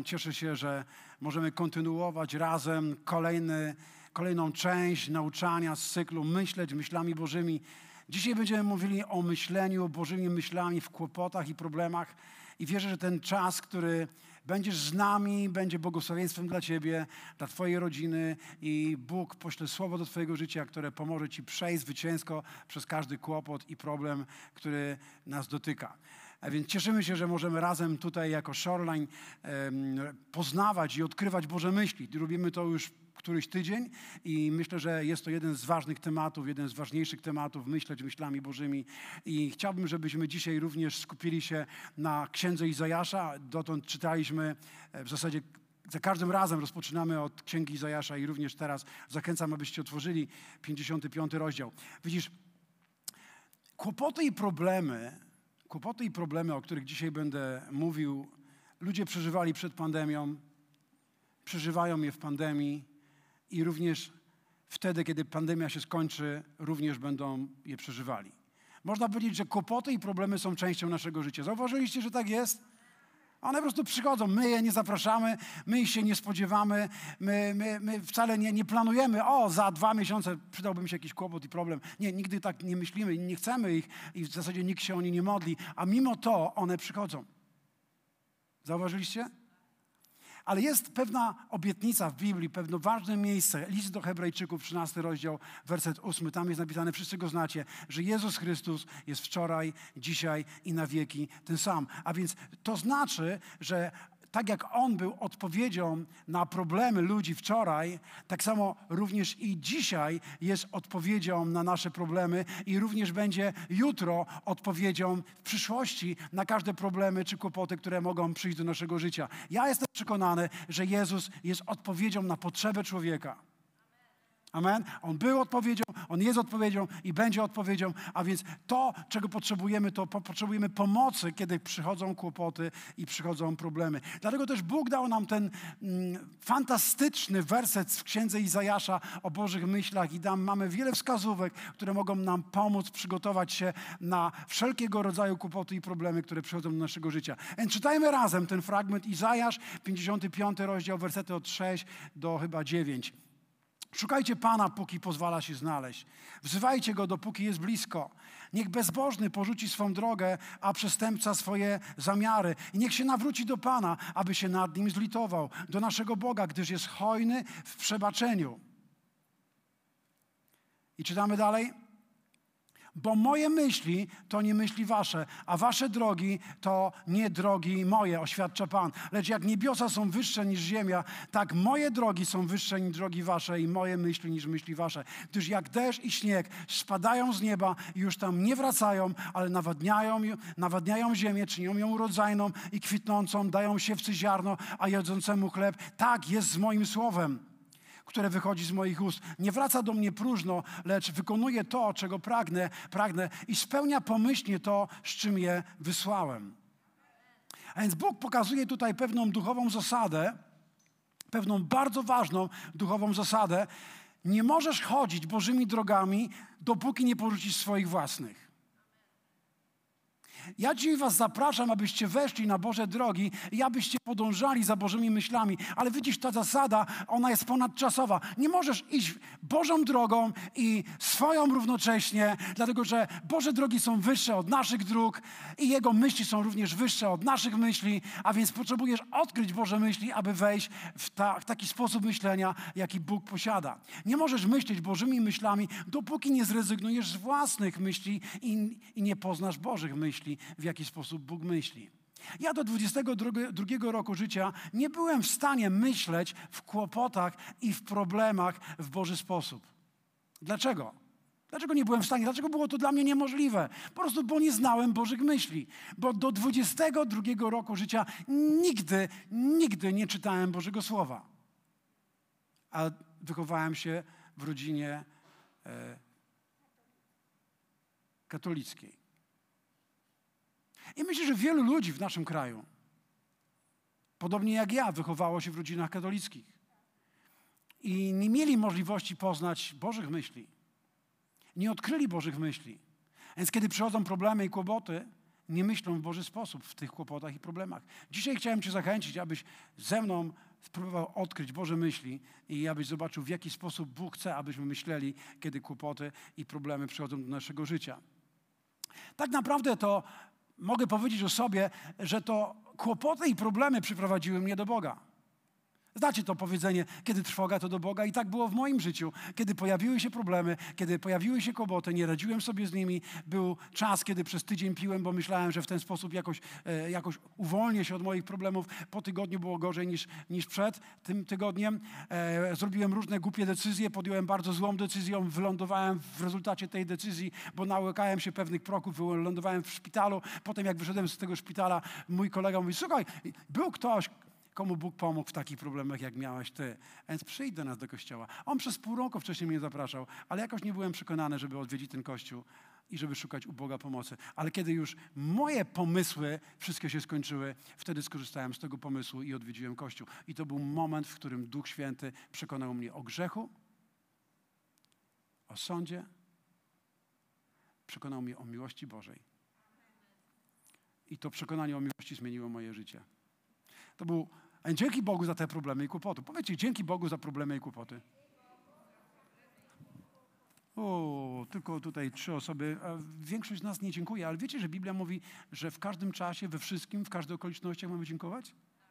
cieszę się, że możemy kontynuować razem kolejną część nauczania z cyklu Myśleć myślami Bożymi. Dzisiaj będziemy mówili o myśleniu Bożymi myślami w kłopotach i problemach i wierzę, że ten czas, który będziesz z nami, będzie błogosławieństwem dla Ciebie, dla Twojej rodziny i Bóg pośle słowo do Twojego życia, które pomoże Ci przejść zwycięsko przez każdy kłopot i problem, który nas dotyka. A więc cieszymy się, że możemy razem tutaj jako Shoreline poznawać i odkrywać Boże myśli. Robimy to już któryś tydzień i myślę, że jest to jeden z ważnych tematów, jeden z ważniejszych tematów, myśleć myślami Bożymi. I chciałbym, żebyśmy dzisiaj również skupili się na Księdze Izajasza. Dotąd czytaliśmy w zasadzie za każdym razem rozpoczynamy od Księgi Izajasza i również teraz zachęcam, abyście otworzyli 55 rozdział. Widzisz, kłopoty i problemy, o których dzisiaj będę mówił, ludzie przeżywali przed pandemią, przeżywają je w pandemii i również wtedy, kiedy pandemia się skończy, również będą je przeżywali. Można powiedzieć, że kłopoty i problemy są częścią naszego życia. Zauważyliście, że tak jest? One po prostu przychodzą, my je nie zapraszamy, my ich się nie spodziewamy, my wcale nie planujemy, za 2 miesiące przydałby mi się jakiś kłopot i problem. Nie, nigdy tak nie myślimy i nie chcemy ich i w zasadzie nikt się o nie nie modli, a mimo to one przychodzą. Zauważyliście? Ale jest pewna obietnica w Biblii, pewne ważne miejsce. List do Hebrajczyków, 13 rozdział, werset 8. Tam jest napisane, wszyscy go znacie, że Jezus Chrystus jest wczoraj, dzisiaj i na wieki ten sam. A więc to znaczy, że tak jak On był odpowiedzią na problemy ludzi wczoraj, tak samo również i dzisiaj jest odpowiedzią na nasze problemy i również będzie jutro odpowiedzią w przyszłości na każde problemy czy kłopoty, które mogą przyjść do naszego życia. Ja jestem przekonany, że Jezus jest odpowiedzią na potrzebę człowieka. Amen. On był odpowiedzią, On jest odpowiedzią i będzie odpowiedzią, a więc to, czego potrzebujemy, to potrzebujemy pomocy, kiedy przychodzą kłopoty i przychodzą problemy. Dlatego też Bóg dał nam ten fantastyczny werset w Księdze Izajasza o Bożych myślach i mamy wiele wskazówek, które mogą nam pomóc przygotować się na wszelkiego rodzaju kłopoty i problemy, które przychodzą do naszego życia. Więc czytajmy razem ten fragment Izajasz, 55 rozdział, wersety od 6 do chyba 9. Szukajcie Pana, póki pozwala się znaleźć. Wzywajcie Go, dopóki jest blisko. Niech bezbożny porzuci swą drogę, a przestępca swoje zamiary. I niech się nawróci do Pana, aby się nad nim zlitował. Do naszego Boga, gdyż jest hojny w przebaczeniu. I czytamy dalej. Bo moje myśli to nie myśli wasze, a wasze drogi to nie drogi moje, oświadcza Pan. Lecz jak niebiosa są wyższe niż ziemia, tak moje drogi są wyższe niż drogi wasze i moje myśli niż myśli wasze. Gdyż jak deszcz i śnieg spadają z nieba i już tam nie wracają, ale nawadniają ziemię, czynią ją urodzajną i kwitnącą, dają siewcy ziarno, a jedzącemu chleb. Tak jest z moim słowem, które wychodzi z moich ust. Nie wraca do mnie próżno, lecz wykonuje to, czego pragnę i spełnia pomyślnie to, z czym je wysłałem. A więc Bóg pokazuje tutaj pewną duchową zasadę, pewną bardzo ważną duchową zasadę. Nie możesz chodzić Bożymi drogami, dopóki nie porzucisz swoich własnych. Ja dzisiaj was zapraszam, abyście weszli na Boże drogi i abyście podążali za Bożymi myślami. Ale widzisz, ta zasada, ona jest ponadczasowa. Nie możesz iść Bożą drogą i swoją równocześnie, dlatego że Boże drogi są wyższe od naszych dróg i Jego myśli są również wyższe od naszych myśli, a więc potrzebujesz odkryć Boże myśli, aby wejść w taki sposób myślenia, jaki Bóg posiada. Nie możesz myśleć Bożymi myślami, dopóki nie zrezygnujesz z własnych myśli i nie poznasz Bożych myśli, w jaki sposób Bóg myśli. Ja do 22 roku życia nie byłem w stanie myśleć w kłopotach i w problemach w Boży sposób. Dlaczego? Dlaczego nie byłem w stanie? Dlaczego było to dla mnie niemożliwe? Po prostu, bo nie znałem Bożych myśli. Bo do 22 roku życia nigdy nie czytałem Bożego Słowa. A wychowałem się w rodzinie katolickiej. I myślę, że wielu ludzi w naszym kraju, podobnie jak ja, wychowało się w rodzinach katolickich. I nie mieli możliwości poznać Bożych myśli. Nie odkryli Bożych myśli. Więc kiedy przychodzą problemy i kłopoty, nie myślą w Boży sposób w tych kłopotach i problemach. Dzisiaj chciałem Cię zachęcić, abyś ze mną spróbował odkryć Boże myśli i abyś zobaczył, w jaki sposób Bóg chce, abyśmy myśleli, kiedy kłopoty i problemy przychodzą do naszego życia. Tak naprawdę to mogę powiedzieć o sobie, że to kłopoty i problemy przyprowadziły mnie do Boga. Znacie to powiedzenie, kiedy trwoga, to do Boga. I tak było w moim życiu. Kiedy pojawiły się problemy, kiedy pojawiły się kłopoty, nie radziłem sobie z nimi. Był czas, kiedy przez tydzień piłem, bo myślałem, że w ten sposób jakoś uwolnię się od moich problemów. Po tygodniu było gorzej niż przed tym tygodniem. Zrobiłem różne głupie decyzje, podjąłem bardzo złą decyzję, wylądowałem w rezultacie tej decyzji, bo nałykałem się pewnych proków, wylądowałem w szpitalu. Potem jak wyszedłem z tego szpitala, mój kolega mówi, słuchaj, był ktoś, komu Bóg pomógł w takich problemach, jak miałeś ty. A więc przyjdź do nas do kościoła. On przez pół roku wcześniej mnie zapraszał, ale jakoś nie byłem przekonany, żeby odwiedzić ten kościół i żeby szukać u Boga pomocy. Ale kiedy już moje pomysły wszystkie się skończyły, wtedy skorzystałem z tego pomysłu i odwiedziłem kościół. I to był moment, w którym Duch Święty przekonał mnie o grzechu, o sądzie, przekonał mnie o miłości Bożej. I to przekonanie o miłości zmieniło moje życie. To był dzięki Bogu za te problemy i kłopoty. Powiedzcie, dzięki Bogu za problemy i kłopoty. Tylko tutaj 3 osoby. Większość z nas nie dziękuje, ale wiecie, że Biblia mówi, że w każdym czasie, we wszystkim, w każdej okoliczności mamy dziękować?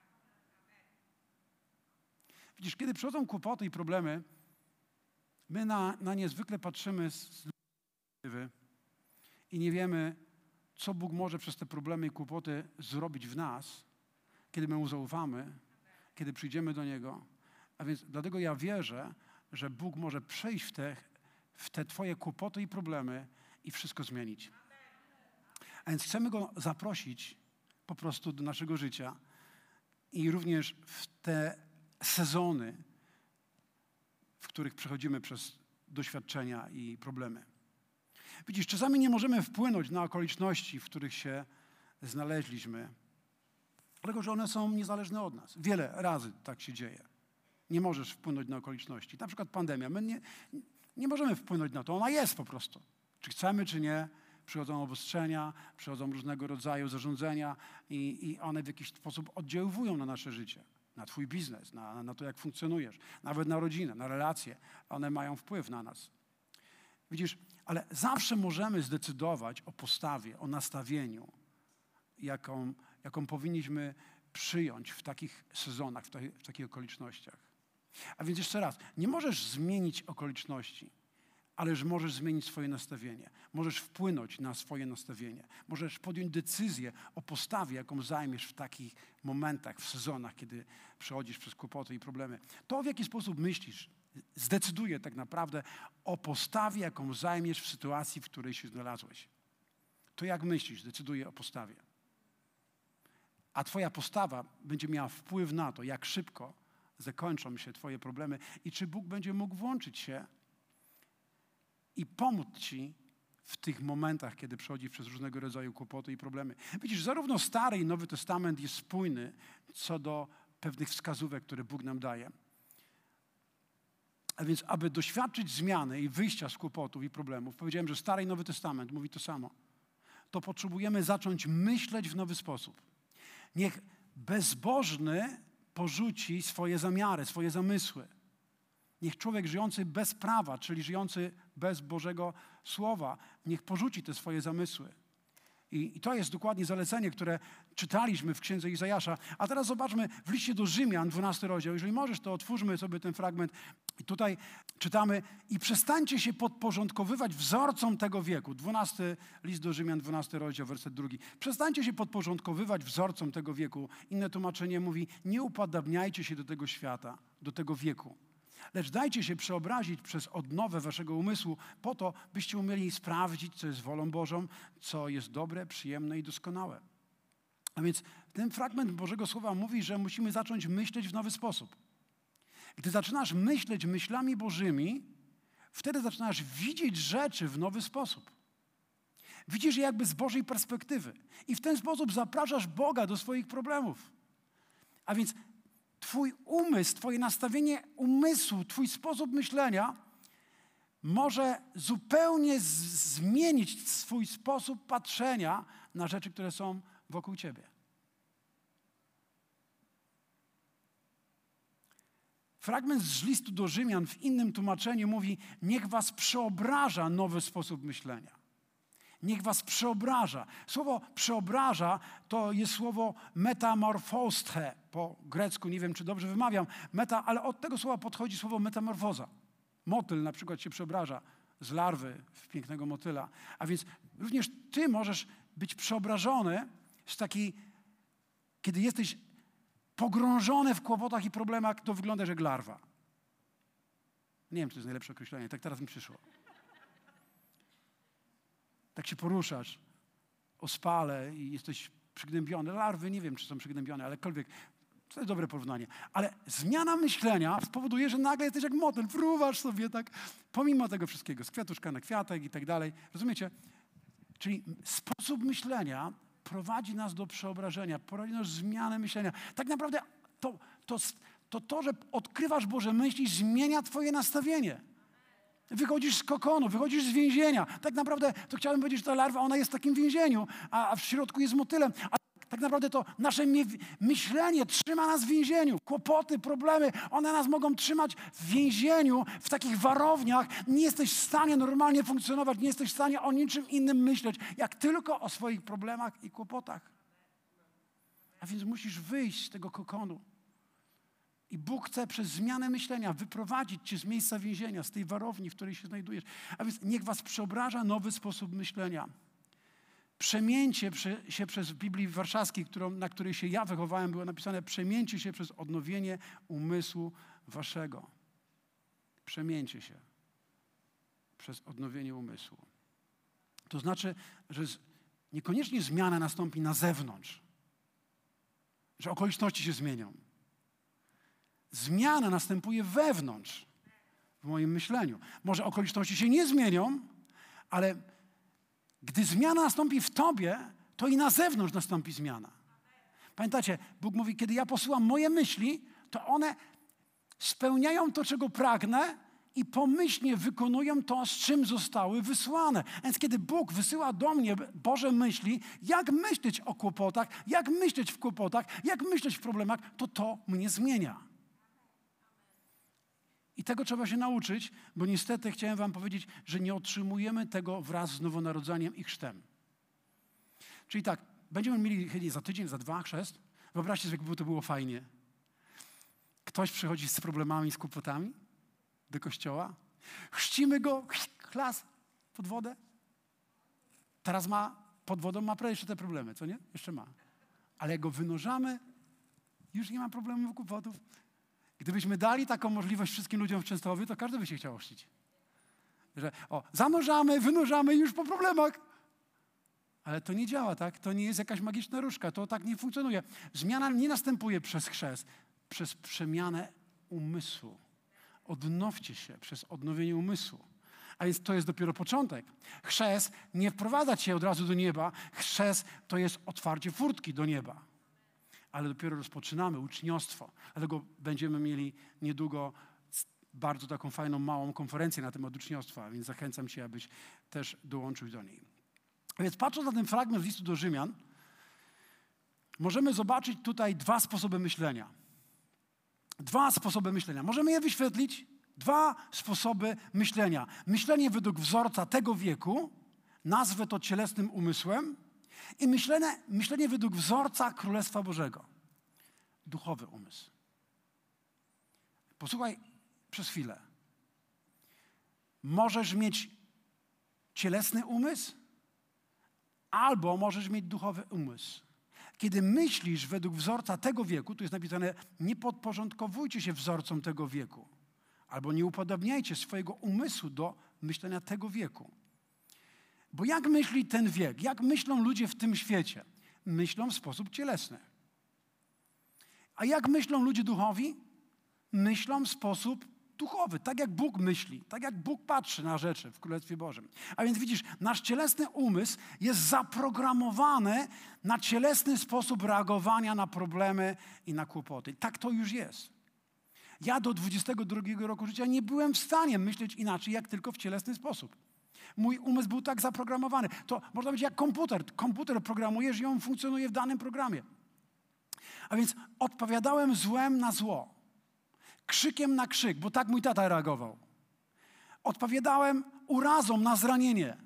Widzisz, kiedy przychodzą kłopoty i problemy, my na nie zwykle patrzymy z perspektywy i nie wiemy, co Bóg może przez te problemy i kłopoty zrobić w nas, kiedy my Mu zaufamy, kiedy przyjdziemy do Niego. A więc dlatego ja wierzę, że Bóg może przejść w te Twoje kłopoty i problemy i wszystko zmienić. A więc chcemy Go zaprosić po prostu do naszego życia i również w te sezony, w których przechodzimy przez doświadczenia i problemy. Widzisz, czasami nie możemy wpłynąć na okoliczności, w których się znaleźliśmy, dlatego że one są niezależne od nas. Wiele razy tak się dzieje. Nie możesz wpłynąć na okoliczności. Na przykład pandemia. My nie możemy wpłynąć na to. Ona jest po prostu. Czy chcemy, czy nie. Przychodzą obostrzenia, przychodzą różnego rodzaju zarządzenia i one w jakiś sposób oddziaływują na nasze życie, na twój biznes, na to, jak funkcjonujesz, nawet na rodzinę, na relacje. One mają wpływ na nas. Widzisz, ale zawsze możemy zdecydować o postawie, o nastawieniu, jaką powinniśmy przyjąć w takich sezonach, w takich okolicznościach. A więc jeszcze raz, nie możesz zmienić okoliczności, ależ możesz zmienić swoje nastawienie. Możesz wpłynąć na swoje nastawienie. Możesz podjąć decyzję o postawie, jaką zajmiesz w takich momentach, w sezonach, kiedy przechodzisz przez kłopoty i problemy. To, w jaki sposób myślisz, zdecyduje tak naprawdę o postawie, jaką zajmiesz w sytuacji, w której się znalazłeś. To, jak myślisz, decyduje o postawie. A twoja postawa będzie miała wpływ na to, jak szybko zakończą się twoje problemy i czy Bóg będzie mógł włączyć się i pomóc ci w tych momentach, kiedy przechodzisz przez różnego rodzaju kłopoty i problemy. Widzisz, zarówno Stary i Nowy Testament jest spójny co do pewnych wskazówek, które Bóg nam daje. A więc, aby doświadczyć zmiany i wyjścia z kłopotów i problemów, powiedziałem, że Stary i Nowy Testament mówi to samo, to potrzebujemy zacząć myśleć w nowy sposób. Niech bezbożny porzuci swoje zamiary, swoje zamysły. Niech człowiek żyjący bez prawa, czyli żyjący bez Bożego Słowa, niech porzuci te swoje zamysły. I to jest dokładnie zalecenie, które czytaliśmy w Księdze Izajasza. A teraz zobaczmy w liście do Rzymian, 12 rozdział. Jeżeli możesz, to otwórzmy sobie ten fragment. I tutaj czytamy: i przestańcie się podporządkowywać wzorcom tego wieku. 12 list do Rzymian, 12 rozdział, werset 2. Przestańcie się podporządkowywać wzorcom tego wieku. Inne tłumaczenie mówi: nie upodabniajcie się do tego świata, do tego wieku. Lecz dajcie się przeobrazić przez odnowę waszego umysłu po to, byście umieli sprawdzić, co jest wolą Bożą, co jest dobre, przyjemne i doskonałe. A więc ten fragment Bożego Słowa mówi, że musimy zacząć myśleć w nowy sposób. Gdy zaczynasz myśleć myślami Bożymi, wtedy zaczynasz widzieć rzeczy w nowy sposób. Widzisz je jakby z Bożej perspektywy. I w ten sposób zapraszasz Boga do swoich problemów. A więc twój umysł, twoje nastawienie umysłu, twój sposób myślenia może zupełnie zmienić swój sposób patrzenia na rzeczy, które są wokół ciebie. Fragment z listu do Rzymian w innym tłumaczeniu mówi: niech was przeobraża nowy sposób myślenia. Niech was przeobraża. Słowo przeobraża to jest słowo metamorfosthe po grecku. Nie wiem, czy dobrze wymawiam. Ale od tego słowa podchodzi słowo metamorfoza. Motyl na przykład się przeobraża z larwy w pięknego motyla. A więc również ty możesz być przeobrażony z takiej, kiedy jesteś pogrążony w kłopotach i problemach, to wyglądasz jak larwa. Nie wiem, czy to jest najlepsze określenie. Tak teraz mi przyszło. Tak się poruszasz, ospale i jesteś przygnębiony. Larwy nie wiem, czy są przygnębione, ale jakkolwiek. To jest dobre porównanie. Ale zmiana myślenia spowoduje, że nagle jesteś jak motyl. Fruwasz sobie tak, pomimo tego wszystkiego, z kwiatuszka na kwiatek i tak dalej. Rozumiecie? Czyli sposób myślenia prowadzi nas do przeobrażenia, prowadzi nas do zmiany myślenia. Tak naprawdę to, że odkrywasz Boże myśli, zmienia twoje nastawienie. Wychodzisz z kokonu, wychodzisz z więzienia. Tak naprawdę to chciałem powiedzieć, że ta larwa, ona jest w takim więzieniu, a w środku jest motylem. A tak naprawdę to nasze myślenie trzyma nas w więzieniu. Kłopoty, problemy, one nas mogą trzymać w więzieniu, w takich warowniach. Nie jesteś w stanie normalnie funkcjonować, nie jesteś w stanie o niczym innym myśleć, jak tylko o swoich problemach i kłopotach. A więc musisz wyjść z tego kokonu. I Bóg chce przez zmianę myślenia wyprowadzić cię z miejsca więzienia, z tej warowni, w której się znajdujesz. A więc niech was przeobraża nowy sposób myślenia. Przemieńcie się przez Biblii Warszawskiej, na której się ja wychowałem, było napisane: przemieńcie się przez odnowienie umysłu waszego. Przemieńcie się przez odnowienie umysłu. To znaczy, że niekoniecznie zmiana nastąpi na zewnątrz, że okoliczności się zmienią. Zmiana następuje wewnątrz, w moim myśleniu. Może okoliczności się nie zmienią, ale gdy zmiana nastąpi w tobie, to i na zewnątrz nastąpi zmiana. Pamiętacie, Bóg mówi, kiedy ja posyłam moje myśli, to one spełniają to, czego pragnę i pomyślnie wykonują to, z czym zostały wysłane. A więc kiedy Bóg wysyła do mnie Boże myśli, jak myśleć o kłopotach, jak myśleć w kłopotach, jak myśleć w problemach, to mnie zmienia. I tego trzeba się nauczyć, bo niestety chciałem wam powiedzieć, że nie otrzymujemy tego wraz z nowonarodzeniem i chrztem. Czyli tak, będziemy mieli za tydzień, za 2 chrzest. Wyobraźcie sobie, jakby to było fajnie. Ktoś przychodzi z problemami, z kłopotami do kościoła. Chrzcimy go, klas, pod wodę. Teraz pod wodą ma jeszcze te problemy, co nie? Jeszcze ma. Ale jak go wynurzamy, już nie ma problemów, kłopotów. Gdybyśmy dali taką możliwość wszystkim ludziom w Częstochowie, to każdy by się chciał ochrzcić. Że zanurzamy, wynurzamy już po problemach. Ale to nie działa, tak? To nie jest jakaś magiczna różdżka. To tak nie funkcjonuje. Zmiana nie następuje przez chrzest, przez przemianę umysłu. Odnowcie się przez odnowienie umysłu. A więc to jest dopiero początek. Chrzest nie wprowadza cię od razu do nieba. Chrzest to jest otwarcie furtki do nieba. Ale dopiero rozpoczynamy uczniostwo. Dlatego będziemy mieli niedługo bardzo taką fajną, małą konferencję na temat uczniostwa, więc zachęcam cię, abyś też dołączył do niej. A więc patrząc na ten fragment z listu do Rzymian, możemy zobaczyć tutaj 2 sposoby myślenia. 2 sposoby myślenia. Możemy je wyświetlić. 2 sposoby myślenia. Myślenie według wzorca tego wieku, nazwę to cielesnym umysłem, i myślenie według wzorca Królestwa Bożego. Duchowy umysł. Posłuchaj przez chwilę. Możesz mieć cielesny umysł, albo możesz mieć duchowy umysł. Kiedy myślisz według wzorca tego wieku, tu jest napisane, nie podporządkowujcie się wzorcom tego wieku, albo nie upodobniajcie swojego umysłu do myślenia tego wieku. Bo jak myśli ten wiek? Jak myślą ludzie w tym świecie? Myślą w sposób cielesny. A jak myślą ludzie duchowi? Myślą w sposób duchowy, tak jak Bóg myśli, tak jak Bóg patrzy na rzeczy w Królestwie Bożym. A więc widzisz, nasz cielesny umysł jest zaprogramowany na cielesny sposób reagowania na problemy i na kłopoty. Tak to już jest. Ja do 22 roku życia nie byłem w stanie myśleć inaczej, jak tylko w cielesny sposób. Mój umysł był tak zaprogramowany. To można powiedzieć jak komputer. Komputer programujesz i on funkcjonuje w danym programie. A więc odpowiadałem złem na zło. Krzykiem na krzyk, bo tak mój tata reagował. Odpowiadałem urazą na zranienie.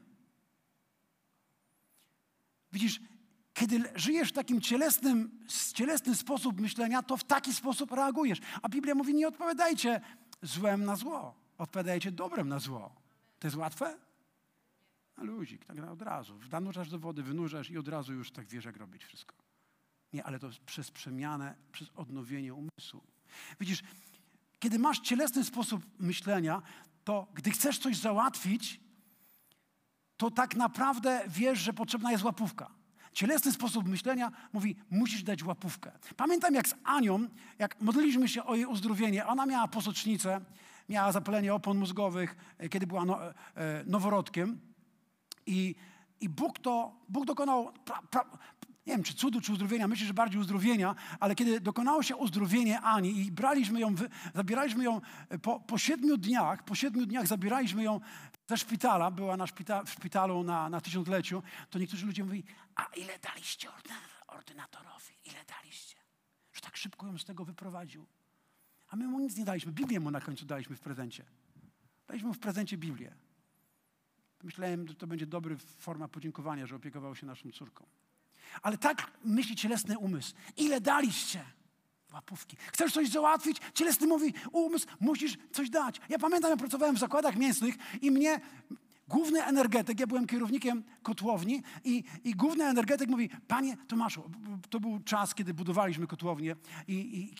Widzisz, kiedy żyjesz w takim cielesny sposób myślenia, to w taki sposób reagujesz. A Biblia mówi, nie odpowiadajcie złem na zło. Odpowiadajcie dobrem na zło. To jest łatwe? A luzik, tak od razu. Zanurzasz do wody, wynurzasz i od razu już tak wiesz, jak robić wszystko. Nie, ale to przez przemianę, przez odnowienie umysłu. Widzisz, kiedy masz cielesny sposób myślenia, to gdy chcesz coś załatwić, to tak naprawdę wiesz, że potrzebna jest łapówka. Cielesny sposób myślenia mówi, musisz dać łapówkę. Pamiętam jak z Anią, jak modliliśmy się o jej uzdrowienie, ona miała posocznicę, miała zapalenie opon mózgowych, kiedy była noworodkiem i Bóg dokonał, nie wiem czy cudu, czy uzdrowienia, myślę, że bardziej uzdrowienia, ale kiedy dokonało się uzdrowienie Ani i zabieraliśmy ją po 7 dniach zabieraliśmy ją ze szpitala, była w szpitalu na 1000-leciu, to niektórzy ludzie mówili, a ile daliście ordynatorowi? Ile daliście? Że tak szybko ją z tego wyprowadził. A my mu nic nie daliśmy. Biblię mu na końcu daliśmy w prezencie. Daliśmy mu w prezencie Biblię. Myślałem, że to będzie dobra forma podziękowania, że opiekował się naszą córką. Ale tak myśli cielesny umysł. Ile daliście? Łapówki. Chcesz coś załatwić? Cielesny mówi, umysł, musisz coś dać. Ja pamiętam, ja pracowałem w zakładach mięsnych i mnie główny energetyk, ja byłem kierownikiem kotłowni i główny energetyk mówi, panie Tomaszu, to był czas, kiedy budowaliśmy kotłownię i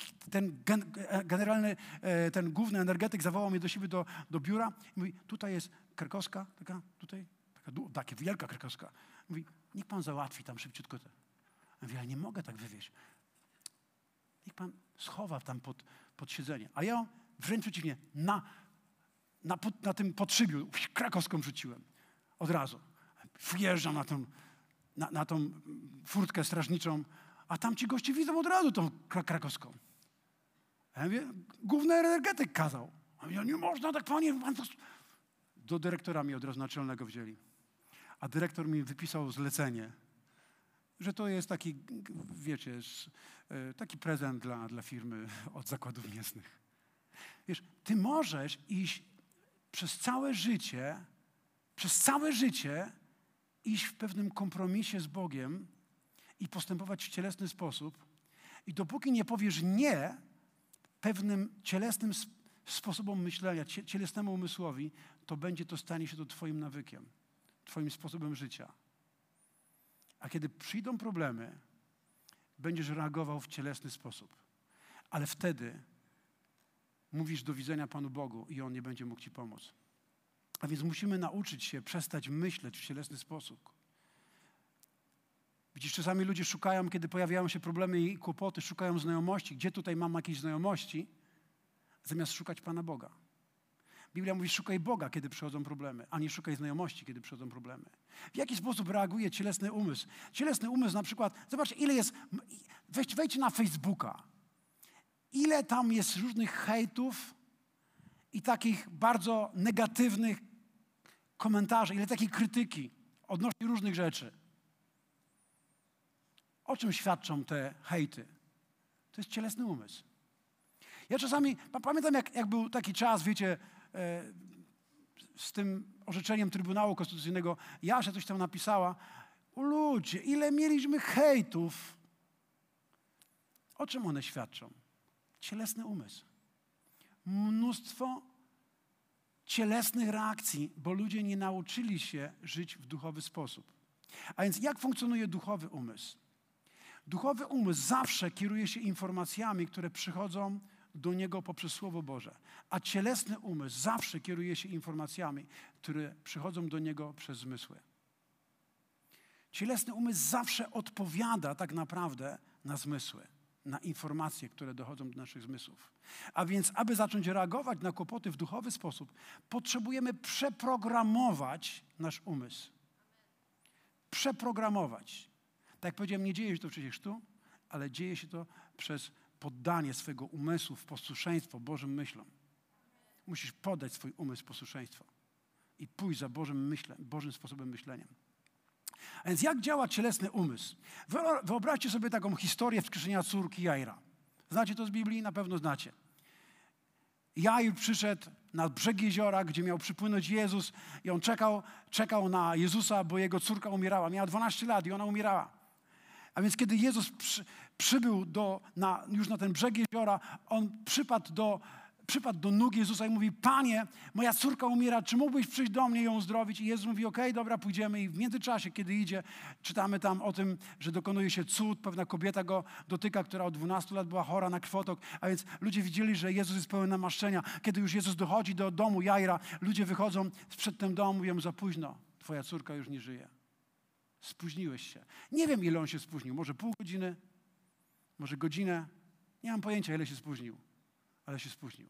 ten główny energetyk zawołał mnie do siebie do biura i mówi, tutaj jest Krakowska, taka wielka Krakowska. Mówi, niech pan załatwi tam szybciutko. Ja mówię, ja nie mogę tak wywieźć. Niech pan schowa tam pod siedzenie. A ja wręcz przeciwnie, na tym podszybiu krakowską rzuciłem. Od razu. Wjeżdżam na tą furtkę strażniczą, a tam ci goście widzą od razu tą krakowską. Ja mówię, główny energetyk kazał. A ja nie można tak, panie. Do dyrektora mi od razu naczelnego wzięli. A dyrektor mi wypisał zlecenie, że to jest taki, wiecie, taki prezent dla firmy od zakładów mięsnych. Wiesz, ty możesz iść przez całe życie iść w pewnym kompromisie z Bogiem i postępować w cielesny sposób i dopóki nie powiesz nie pewnym cielesnym sposobom myślenia, cielesnemu umysłowi, to stanie się to twoim nawykiem, twoim sposobem życia. A kiedy przyjdą problemy, będziesz reagował w cielesny sposób. Ale wtedy mówisz do widzenia Panu Bogu i On nie będzie mógł ci pomóc. A więc musimy nauczyć się przestać myśleć w cielesny sposób. Widzisz, czasami ludzie szukają, kiedy pojawiają się problemy i kłopoty, szukają znajomości. Gdzie tutaj mam jakieś znajomości? Zamiast szukać Pana Boga. Biblia mówi, szukaj Boga, kiedy przychodzą problemy, a nie szukaj znajomości, kiedy przychodzą problemy. W jaki sposób reaguje cielesny umysł? Cielesny umysł na przykład, zobaczcie, ile jest, wejdźcie na Facebooka. Ile tam jest różnych hejtów i takich bardzo negatywnych komentarzy, ile takiej krytyki odnośnie różnych rzeczy. O czym świadczą te hejty? To jest cielesny umysł. Ja czasami, pamiętam jak był taki czas, wiecie, z tym orzeczeniem Trybunału Konstytucyjnego, Jasia coś tam napisała. O ludzie, ile mieliśmy hejtów. O czym one świadczą? Cielesny umysł. Mnóstwo cielesnych reakcji, bo ludzie nie nauczyli się żyć w duchowy sposób. A więc jak funkcjonuje duchowy umysł? Duchowy umysł zawsze kieruje się informacjami, które przychodzą do niego poprzez Słowo Boże. A cielesny umysł zawsze kieruje się informacjami, które przychodzą do niego przez zmysły. Cielesny umysł zawsze odpowiada tak naprawdę na zmysły, na informacje, które dochodzą do naszych zmysłów. A więc, aby zacząć reagować na kłopoty w duchowy sposób, potrzebujemy przeprogramować nasz umysł. Przeprogramować. Tak jak powiedziałem, nie dzieje się to przecież tu, ale dzieje się to przez poddanie swojego umysłu w posłuszeństwo Bożym myślom. Musisz poddać swój umysł w posłuszeństwo. i pójść za Bożym sposobem myślenia. A więc jak działa cielesny umysł? Wyobraźcie sobie taką historię wskrzeszenia córki Jaira. Znacie to z Biblii? Na pewno znacie. Jair przyszedł na brzeg jeziora, gdzie miał przypłynąć Jezus i on czekał na Jezusa, bo jego córka umierała. Miała 12 lat i ona umierała. A więc kiedy Jezus przybył już na ten brzeg jeziora, on przypadł do nóg Jezusa i mówi: Panie, moja córka umiera, czy mógłbyś przyjść do mnie i ją uzdrowić? I Jezus mówi: okej, dobra, pójdziemy. I w międzyczasie, kiedy idzie, czytamy tam o tym, że dokonuje się cud. Pewna kobieta go dotyka, która od 12 lat była chora na krwotok. A więc ludzie widzieli, że Jezus jest pełen namaszczenia. Kiedy już Jezus dochodzi do domu Jaira, ludzie wychodzą sprzed tym domu i mówią: za późno, twoja córka już nie żyje. Spóźniłeś się. Nie wiem, ile on się spóźnił. Może pół godziny, może godzinę. Nie mam pojęcia, ile się spóźnił, ale się spóźnił.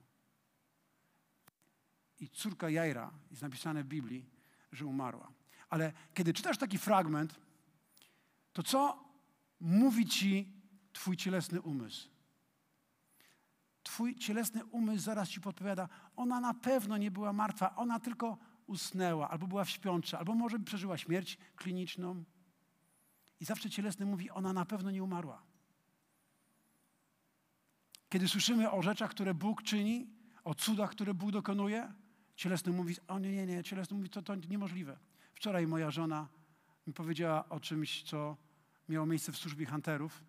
I córka Jaira, jest napisane w Biblii, że umarła. Ale kiedy czytasz taki fragment, to co mówi ci twój cielesny umysł? Twój cielesny umysł zaraz ci podpowiada: ona na pewno nie była martwa, ona tylko usnęła, albo była w śpiączce, albo może przeżyła śmierć kliniczną. I zawsze cielesny mówi: ona na pewno nie umarła. Kiedy słyszymy o rzeczach, które Bóg czyni, o cudach, które Bóg dokonuje, cielesny mówi: o nie, cielesny mówi: to niemożliwe. Wczoraj moja żona mi powiedziała o czymś, co miało miejsce w służbie hunterów.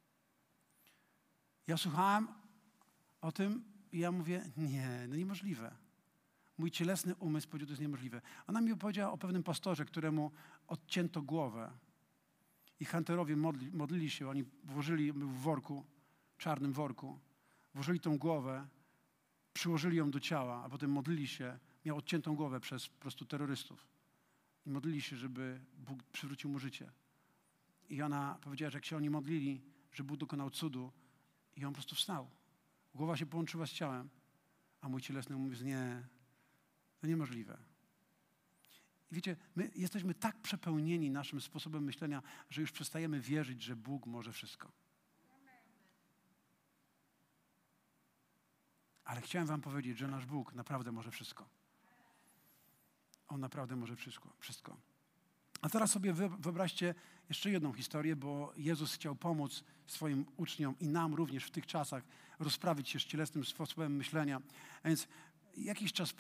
Ja słuchałem o tym i ja mówię: nie, no niemożliwe. Mój cielesny umysł powiedział: to jest niemożliwe. Ona mi opowiedziała o pewnym pastorze, któremu odcięto głowę. I hunterowie modlili się, oni włożyli w worku, czarnym worku, włożyli tą głowę, przyłożyli ją do ciała, a potem modlili się, miał odciętą głowę przez po prostu terrorystów. I modlili się, żeby Bóg przywrócił mu życie. I ona powiedziała, że jak się oni modlili, że Bóg dokonał cudu, i on po prostu wstał. Głowa się połączyła z ciałem, a mój cielesny mówi: nie, to niemożliwe. I wiecie, my jesteśmy tak przepełnieni naszym sposobem myślenia, że już przestajemy wierzyć, że Bóg może wszystko. Ale chciałem wam powiedzieć, że nasz Bóg naprawdę może wszystko. On naprawdę może wszystko. A teraz sobie wyobraźcie jeszcze jedną historię, bo Jezus chciał pomóc swoim uczniom i nam również w tych czasach rozprawić się z cielesnym sposobem myślenia. A więc jakiś czas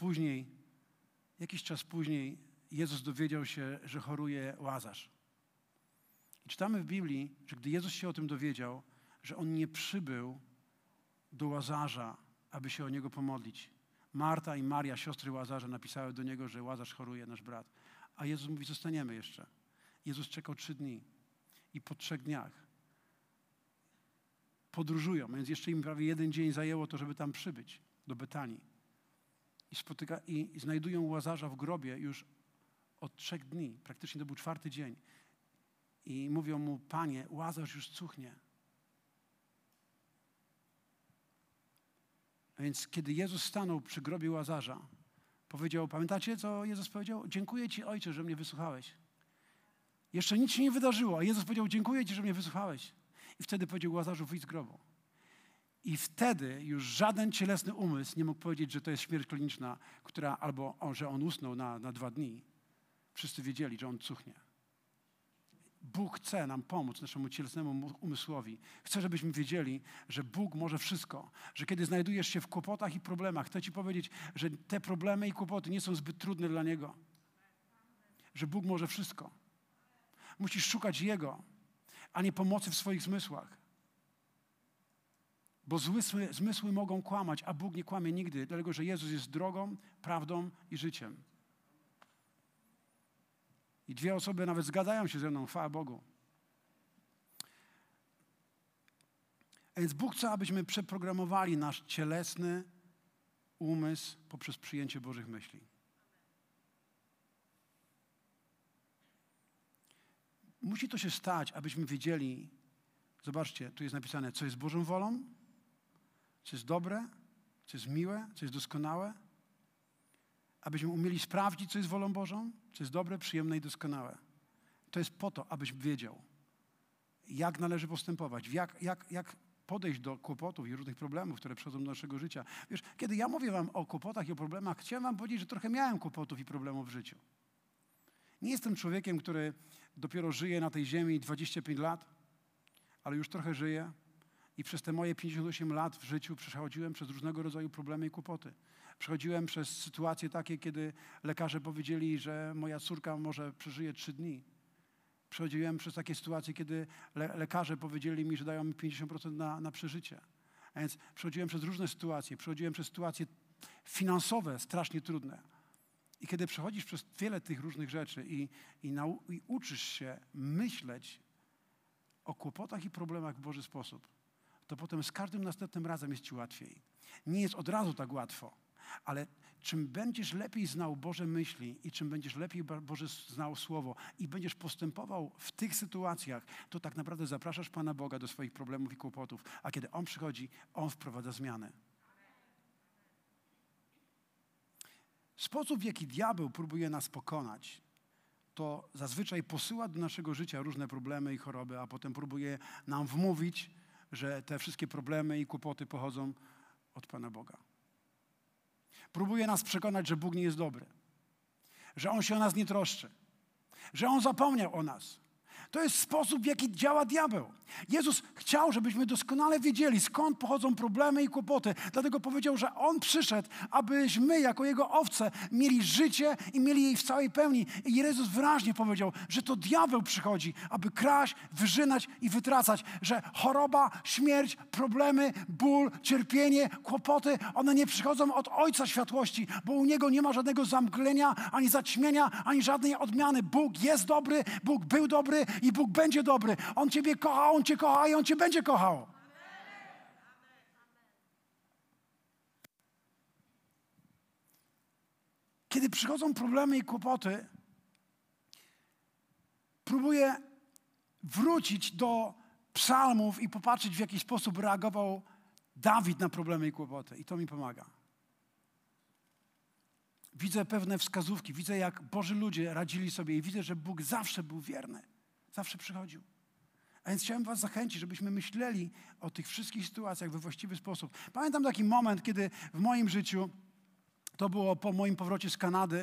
później Jezus dowiedział się, że choruje Łazarz. I czytamy w Biblii, że gdy Jezus się o tym dowiedział, że On nie przybył do Łazarza, aby się o niego pomodlić. Marta i Maria, siostry Łazarza, napisały do niego, że Łazarz choruje, nasz brat. A Jezus mówi: zostaniemy jeszcze. Jezus czekał 3 dni. I po 3 dniach podróżują, więc jeszcze im prawie 1 dzień zajęło to, żeby tam przybyć, do Betanii. I znajdują Łazarza w grobie już od 3 dni. Praktycznie to był 4. dzień. I mówią mu: Panie, Łazarz już cuchnie. A więc kiedy Jezus stanął przy grobie Łazarza, powiedział: pamiętacie, co Jezus powiedział? Dziękuję Ci, Ojcze, że mnie wysłuchałeś. Jeszcze nic się nie wydarzyło, a Jezus powiedział: dziękuję Ci, że mnie wysłuchałeś. I wtedy powiedział: Łazarzu, wyjdź z grobu. I wtedy już żaden cielesny umysł nie mógł powiedzieć, że to jest śmierć kliniczna, że on usnął na 2 dni. Wszyscy wiedzieli, że on cuchnie. Bóg chce nam pomóc, naszemu cielesnemu umysłowi. Chce, żebyśmy wiedzieli, że Bóg może wszystko. Że kiedy znajdujesz się w kłopotach i problemach, chcę Ci powiedzieć, że te problemy i kłopoty nie są zbyt trudne dla Niego. Że Bóg może wszystko. Musisz szukać Jego, a nie pomocy w swoich zmysłach. Bo zmysły mogą kłamać, a Bóg nie kłamie nigdy, dlatego że Jezus jest drogą, prawdą i życiem. I 2 osoby nawet zgadzają się ze mną, chwała Bogu. A więc Bóg chce, abyśmy przeprogramowali nasz cielesny umysł poprzez przyjęcie Bożych myśli. Musi to się stać, abyśmy wiedzieli, zobaczcie, tu jest napisane, co jest Bożą wolą, co jest dobre, co jest miłe, co jest doskonałe. Abyśmy umieli sprawdzić, co jest wolą Bożą, co jest dobre, przyjemne i doskonałe. To jest po to, abyś wiedział, jak należy postępować, podejść do kłopotów i różnych problemów, które przychodzą do naszego życia. Wiesz, kiedy ja mówię wam o kłopotach i o problemach, chciałem wam powiedzieć, że trochę miałem kłopotów i problemów w życiu. Nie jestem człowiekiem, który dopiero żyje na tej ziemi 25 lat, ale już trochę żyję i przez te moje 58 lat w życiu przechodziłem przez różnego rodzaju problemy i kłopoty. Przechodziłem przez sytuacje takie, kiedy lekarze powiedzieli, że moja córka może przeżyje 3 dni. Przechodziłem przez takie sytuacje, kiedy lekarze powiedzieli mi, że dają mi 50% na przeżycie. A więc przechodziłem przez różne sytuacje. Przechodziłem przez sytuacje finansowe, strasznie trudne. I kiedy przechodzisz przez wiele tych różnych rzeczy i uczysz się myśleć o kłopotach i problemach w Boży sposób, to potem z każdym następnym razem jest ci łatwiej. Nie jest od razu tak łatwo, ale czym będziesz lepiej znał Boże myśli i czym będziesz lepiej Boże znał Słowo i będziesz postępował w tych sytuacjach, to tak naprawdę zapraszasz Pana Boga do swoich problemów i kłopotów, a kiedy On przychodzi, On wprowadza zmiany. Sposób, w jaki diabeł próbuje nas pokonać, to zazwyczaj posyła do naszego życia różne problemy i choroby, a potem próbuje nam wmówić, że te wszystkie problemy i kłopoty pochodzą od Pana Boga. Próbuje nas przekonać, że Bóg nie jest dobry, że On się o nas nie troszczy, że On zapomniał o nas. To jest sposób, w jaki działa diabeł. Jezus chciał, żebyśmy doskonale wiedzieli, skąd pochodzą problemy i kłopoty. Dlatego powiedział, że On przyszedł, abyśmy jako Jego owce mieli życie i mieli jej w całej pełni. I Jezus wyraźnie powiedział, że to diabeł przychodzi, aby kraść, wyrzynać i wytracać. Że choroba, śmierć, problemy, ból, cierpienie, kłopoty, one nie przychodzą od Ojca Światłości, bo u Niego nie ma żadnego zamglenia, ani zaćmienia, ani żadnej odmiany. Bóg jest dobry, Bóg był dobry i Bóg będzie dobry. On ciebie kocha, On cię kocha i On cię będzie kochał. Kiedy przychodzą problemy i kłopoty, próbuję wrócić do psalmów i popatrzeć, w jaki sposób reagował Dawid na problemy i kłopoty. I to mi pomaga. Widzę pewne wskazówki, widzę, jak Boży ludzie radzili sobie i widzę, że Bóg zawsze był wierny. Zawsze przychodził. A więc chciałem was zachęcić, żebyśmy myśleli o tych wszystkich sytuacjach we właściwy sposób. Pamiętam taki moment, kiedy w moim życiu, to było po moim powrocie z Kanady,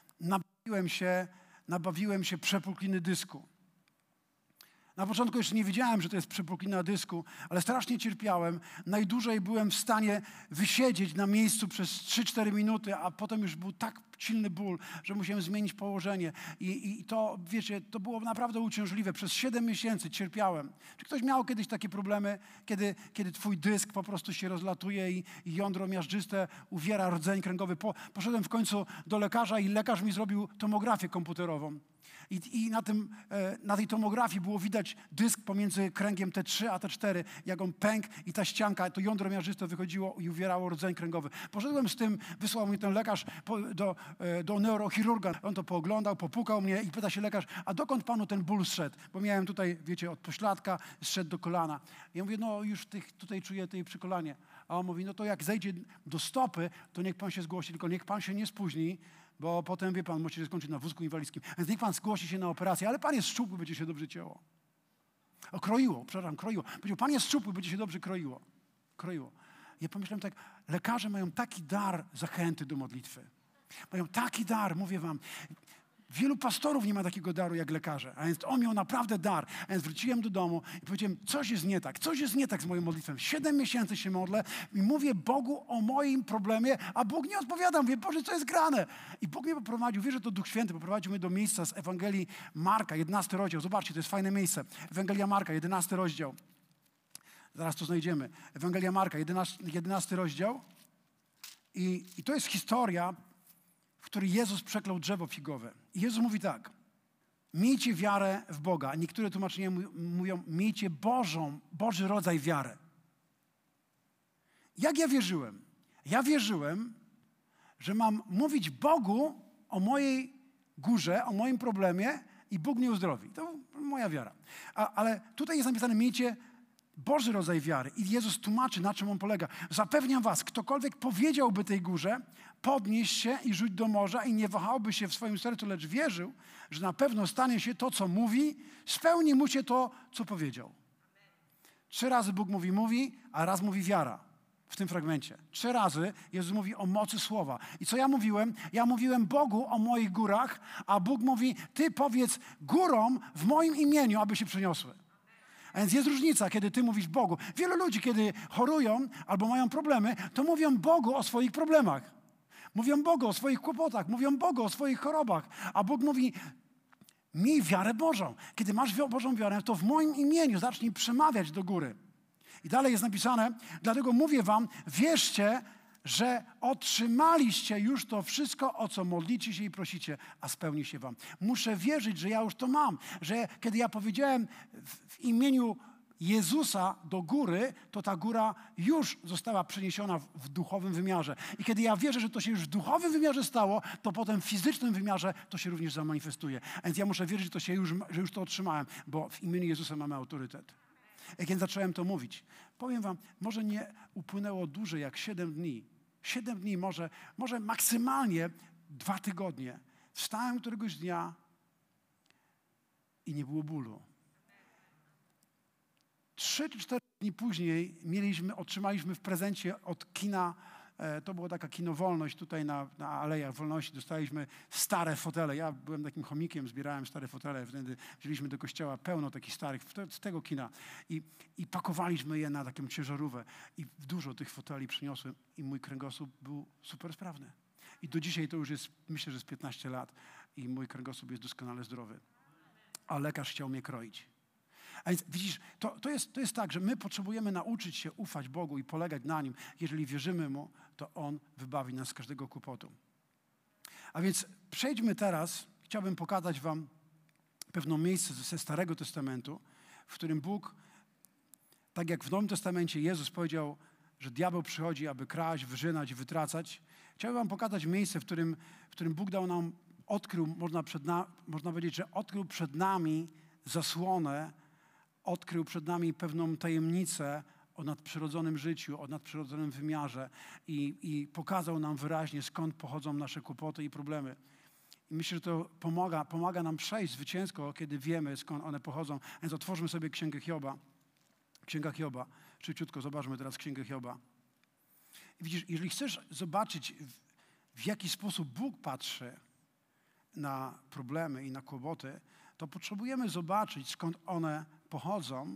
nabawiłem się przepukliny dysku. Na początku jeszcze nie wiedziałem, że to jest przepuklina dysku, ale strasznie cierpiałem. Najdłużej byłem w stanie wysiedzieć na miejscu przez 3-4 minuty, a potem już był tak silny ból, że musiałem zmienić położenie. I to, wiecie, to było naprawdę uciążliwe. Przez 7 miesięcy cierpiałem. Czy ktoś miał kiedyś takie problemy, kiedy twój dysk po prostu się rozlatuje i jądro miażdżyste uwiera rdzeń kręgowy? Poszedłem w końcu do lekarza i lekarz mi zrobił tomografię komputerową. I na tej tomografii było widać dysk pomiędzy kręgiem T3 a T4, jak on pękł i ta ścianka, to jądro miażdżyste wychodziło i uwierało rdzeń kręgowy. Poszedłem z tym, wysłał mnie ten lekarz do neurochirurga. On to pooglądał, popukał mnie i pyta się lekarz, a dokąd panu ten ból zszedł? Bo miałem tutaj, wiecie, od pośladka zszedł do kolana. Ja mówię, no już tutaj czuję tej przykolanie. A on mówi, no to jak zejdzie do stopy, to niech pan się zgłosi, tylko niech pan się nie spóźni, bo potem, wie pan, możecie skończyć na wózku inwalidzkim. Więc niech pan zgłosi się na operację, ale pan jest szczupły, będzie się dobrze cięło. Kroiło. Powiedział, pan jest szczupły, będzie się dobrze kroiło. Ja pomyślałem tak, lekarze mają taki dar zachęty do modlitwy. Mają taki dar, mówię wam. Wielu pastorów nie ma takiego daru jak lekarze, a więc on miał naprawdę dar. A więc wróciłem do domu i powiedziałem, coś jest nie tak z moją modlitwą. 7 miesięcy się modlę i mówię Bogu o moim problemie, a Bóg nie odpowiada. Mówię, Boże, co jest grane? I Bóg mnie poprowadził, wierzę, że to Duch Święty poprowadził mnie do miejsca z Ewangelii Marka, 11 rozdział. Zobaczcie, to jest fajne miejsce. Ewangelia Marka, 11 rozdział. Zaraz to znajdziemy. Ewangelia Marka, 11 rozdział. I to jest historia, w której Jezus przeklął drzewo figowe. I Jezus mówi tak, miejcie wiarę w Boga. A niektóre tłumaczenia mówią, miejcie Boży rodzaj wiary. Jak ja wierzyłem? Ja wierzyłem, że mam mówić Bogu o mojej górze, o moim problemie i Bóg mnie uzdrowi. To moja wiara. Ale tutaj jest napisane, miejcie Boży rodzaj wiary. I Jezus tłumaczy, na czym on polega. Zapewniam was, ktokolwiek powiedziałby tej górze, podnieś się i rzuć do morza i nie wahałby się w swoim sercu, lecz wierzył, że na pewno stanie się to, co mówi, spełni mu się to, co powiedział. 3 razy Bóg mówi, a raz mówi wiara w tym fragmencie. 3 razy Jezus mówi o mocy słowa. I co ja mówiłem? Ja mówiłem Bogu o moich górach, a Bóg mówi, ty powiedz górom w moim imieniu, aby się przeniosły. A więc jest różnica, kiedy ty mówisz Bogu. Wielu ludzi, kiedy chorują albo mają problemy, to mówią Bogu o swoich problemach. Mówią Bogu o swoich kłopotach, mówią Bogu o swoich chorobach. A Bóg mówi, miej wiarę Bożą. Kiedy masz Bożą wiarę, to w moim imieniu zacznij przemawiać do góry. I dalej jest napisane, dlatego mówię wam, wierzcie, że otrzymaliście już to wszystko, o co modlicie się i prosicie, a spełni się wam. Muszę wierzyć, że ja już to mam, że kiedy ja powiedziałem w imieniu Jezusa do góry, to ta góra już została przeniesiona w duchowym wymiarze. I kiedy ja wierzę, że to się już w duchowym wymiarze stało, to potem w fizycznym wymiarze to się również zamanifestuje. A więc ja muszę wierzyć, że już to otrzymałem, bo w imieniu Jezusa mamy autorytet. Jak więc zacząłem to mówić, powiem wam, może nie upłynęło dłużej jak 7 dni. 7 dni, może maksymalnie 2 tygodnie. Wstałem któregoś dnia i nie było bólu. 3 czy 4 dni później otrzymaliśmy w prezencie od kina, to była taka kinowolność tutaj na Alejach Wolności, dostaliśmy stare fotele. Ja byłem takim chomikiem, zbierałem stare fotele, wtedy wzięliśmy do kościoła pełno takich starych, z tego kina i pakowaliśmy je na taką ciężarówkę i dużo tych foteli przyniosłem i mój kręgosłup był super sprawny. I do dzisiaj to już jest, myślę, że z 15 lat i mój kręgosłup jest doskonale zdrowy. A lekarz chciał mnie kroić. A więc widzisz, to jest tak, że my potrzebujemy nauczyć się ufać Bogu i polegać na Nim. Jeżeli wierzymy Mu, to On wybawi nas z każdego kłopotu. A więc przejdźmy teraz, chciałbym pokazać wam pewne miejsce ze Starego Testamentu, w którym Bóg, tak jak w Nowym Testamencie Jezus powiedział, że diabeł przychodzi, aby kraść, wyrzynać i wytracać. Chciałbym wam pokazać miejsce, w którym Bóg dał nam, można powiedzieć, że odkrył przed nami zasłonę, odkrył przed nami pewną tajemnicę o nadprzyrodzonym życiu, o nadprzyrodzonym wymiarze i pokazał nam wyraźnie, skąd pochodzą nasze kłopoty i problemy. I myślę, że to pomaga nam przejść zwycięsko, kiedy wiemy, skąd one pochodzą. Więc otwórzmy sobie Księgę Hioba. Księga Hioba. Szybciutko zobaczmy teraz Księgę Hioba. I widzisz, jeżeli chcesz zobaczyć, w jaki sposób Bóg patrzy na problemy i na kłopoty, to potrzebujemy zobaczyć, skąd one pochodzą,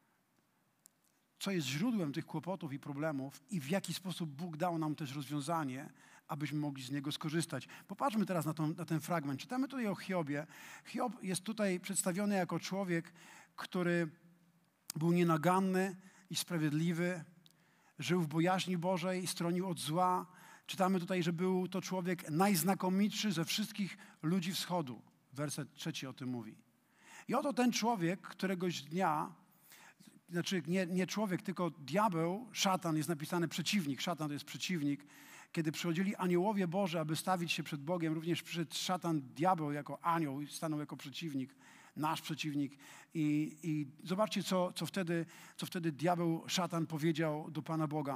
co jest źródłem tych kłopotów i problemów i w jaki sposób Bóg dał nam też rozwiązanie, abyśmy mogli z niego skorzystać. Popatrzmy teraz na ten fragment. Czytamy tutaj o Hiobie. Hiob jest tutaj przedstawiony jako człowiek, który był nienaganny i sprawiedliwy, żył w bojaźni Bożej, stronił od zła. Czytamy tutaj, że był to człowiek najznakomitszy ze wszystkich ludzi wschodu. Werset 3 o tym mówi. I oto ten człowiek któregoś dnia, znaczy nie człowiek, tylko diabeł, szatan, jest napisane przeciwnik, szatan to jest przeciwnik. Kiedy przychodzili aniołowie Boże, aby stawić się przed Bogiem, również przyszedł szatan, diabeł jako anioł i stanął jako przeciwnik, nasz przeciwnik. I zobaczcie, co wtedy diabeł, szatan powiedział do Pana Boga.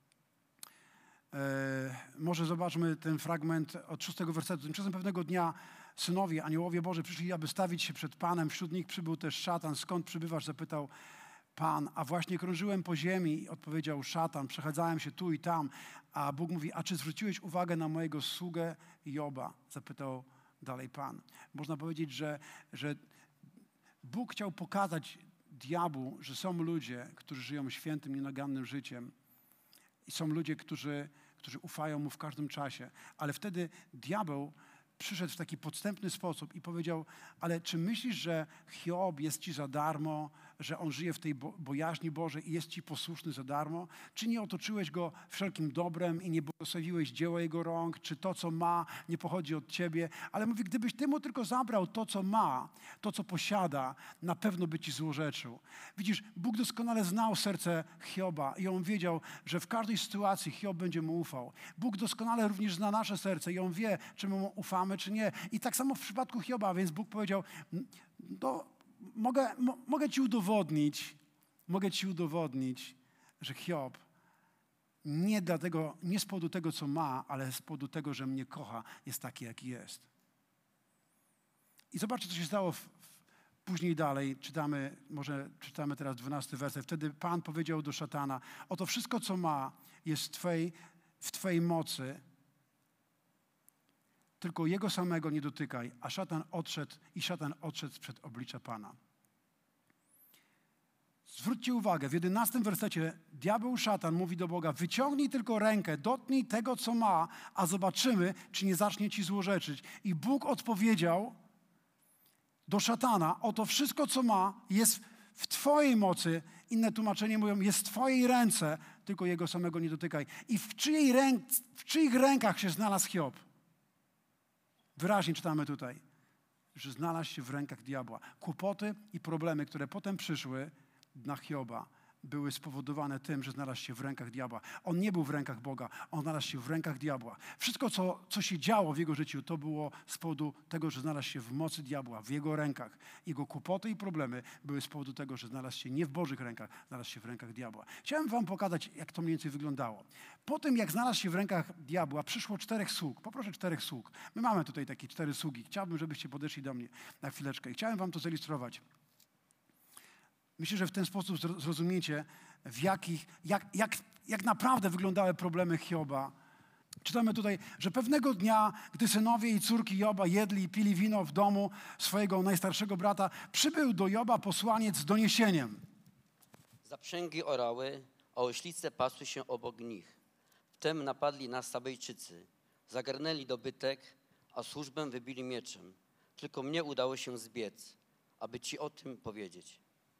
Może zobaczmy ten fragment od 6 wersetu. Tymczasem pewnego dnia synowie, aniołowie Boże przyszli, aby stawić się przed Panem. Wśród nich przybył też szatan. Skąd przybywasz? Zapytał Pan. A właśnie krążyłem po ziemi, odpowiedział szatan. Przechadzałem się tu i tam. A Bóg mówi, a czy zwróciłeś uwagę na mojego sługę Joba? Zapytał dalej Pan. Można powiedzieć, że Bóg chciał pokazać diabłu, że są ludzie, którzy żyją świętym, nienagannym życiem. I są ludzie, którzy ufają Mu w każdym czasie. Ale wtedy diabeł przyszedł w taki podstępny sposób i powiedział, ale czy myślisz, że Hiob jest ci za darmo, że on żyje w tej bojaźni Bożej i jest ci posłuszny za darmo? Czy nie otoczyłeś go wszelkim dobrem i nie błogosławiłeś dzieła jego rąk? Czy to, co ma, nie pochodzi od ciebie? Ale mówi, gdybyś ty mu tylko zabrał to, co ma, to, co posiada, na pewno by ci złorzeczył. Widzisz, Bóg doskonale znał serce Hioba i on wiedział, że w każdej sytuacji Hiob będzie mu ufał. Bóg doskonale również zna nasze serce i on wie, czy my mu ufamy, czy nie. I tak samo w przypadku Hioba, więc Bóg powiedział, mogę ci udowodnić, że Hiob nie z powodu tego, co ma, ale z powodu tego, że mnie kocha, jest taki, jaki jest. I zobaczcie, co się stało Później dalej czytamy, może czytamy teraz 12 werset. Wtedy Pan powiedział do szatana, oto wszystko, co ma, jest w Twojej mocy, tylko Jego samego nie dotykaj. A szatan odszedł przed oblicza Pana. Zwróćcie uwagę, w 11 wersecie diabeł szatan mówi do Boga, wyciągnij tylko rękę, dotknij tego, co ma, a zobaczymy, czy nie zacznie ci złorzeczyć. I Bóg odpowiedział do szatana, oto wszystko, co ma, jest w Twojej mocy. Inne tłumaczenie mówią, jest w Twojej ręce, tylko Jego samego nie dotykaj. I w czyich rękach się znalazł Hiob? Wyraźnie czytamy tutaj, że znalazł się w rękach diabła. Kłopoty i problemy, które potem przyszły na Hioba, były spowodowane tym, że znalazł się w rękach diabła. On nie był w rękach Boga, on znalazł się w rękach diabła. Wszystko, co się działo w jego życiu, to było z powodu tego, że znalazł się w mocy diabła, w jego rękach. Jego kłopoty i problemy były z powodu tego, że znalazł się nie w Bożych rękach, znalazł się w rękach diabła. Chciałem wam pokazać, jak to mniej więcej wyglądało. Po tym, jak znalazł się w rękach diabła, przyszło 4 sług. Poproszę 4 sług. My mamy tutaj takie 4 sługi. Chciałbym, żebyście podeszli do mnie na chwileczkę. I chciałem wam to zilustrować. Myślę, że w ten sposób zrozumiecie, jak naprawdę wyglądały problemy Hioba. Czytamy tutaj, że pewnego dnia, gdy synowie i córki Joba jedli i pili wino w domu swojego najstarszego brata, przybył do Joba posłaniec z doniesieniem. Zaprzęgi orały, a oślice pasły się obok nich. Wtem napadli nas Sabejczycy, zagarnęli dobytek, a służbę wybili mieczem. Tylko mnie udało się zbiec, aby ci o tym powiedzieć.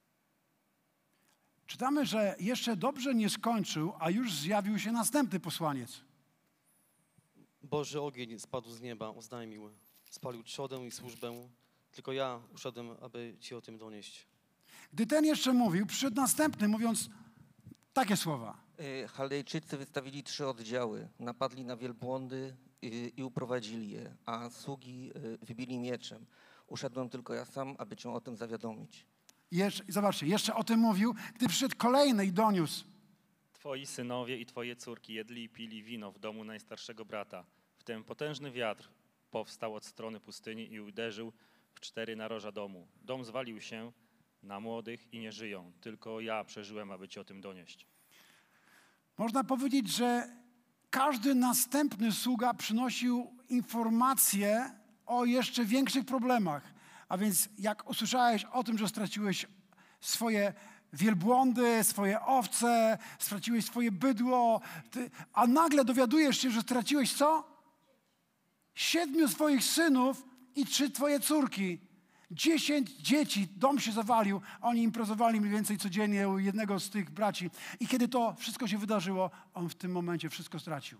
Czytamy, że jeszcze dobrze nie skończył, a już zjawił się następny posłaniec. Boży ogień spadł z nieba, oznajmił, spalił trzodę i służbę, tylko ja uszedłem, aby ci o tym donieść. Gdy ten jeszcze mówił, przyszedł następny, mówiąc takie słowa. Chaldejczycy wystawili 3 oddziały, napadli na wielbłądy i uprowadzili je, a sługi wybili mieczem. Uszedłem tylko ja sam, aby cię o tym zawiadomić. Zobaczcie, jeszcze o tym mówił, gdy przyszedł kolejny i doniósł. Twoi synowie i twoje córki jedli i pili wino w domu najstarszego brata. Wtem potężny wiatr powstał od strony pustyni i uderzył w 4 naroża domu. Dom zwalił się na młodych i nie żyją. Tylko ja przeżyłem, aby ci o tym donieść. Można powiedzieć, że każdy następny sługa przynosił informacje o jeszcze większych problemach. A więc jak usłyszałeś o tym, że straciłeś swoje wielbłądy, swoje owce, straciłeś swoje bydło, a nagle dowiadujesz się, że straciłeś co? 7 swoich synów i 3 twoje córki. 10 dzieci, dom się zawalił, oni imprezowali mniej więcej codziennie u jednego z tych braci. I kiedy to wszystko się wydarzyło, on w tym momencie wszystko stracił.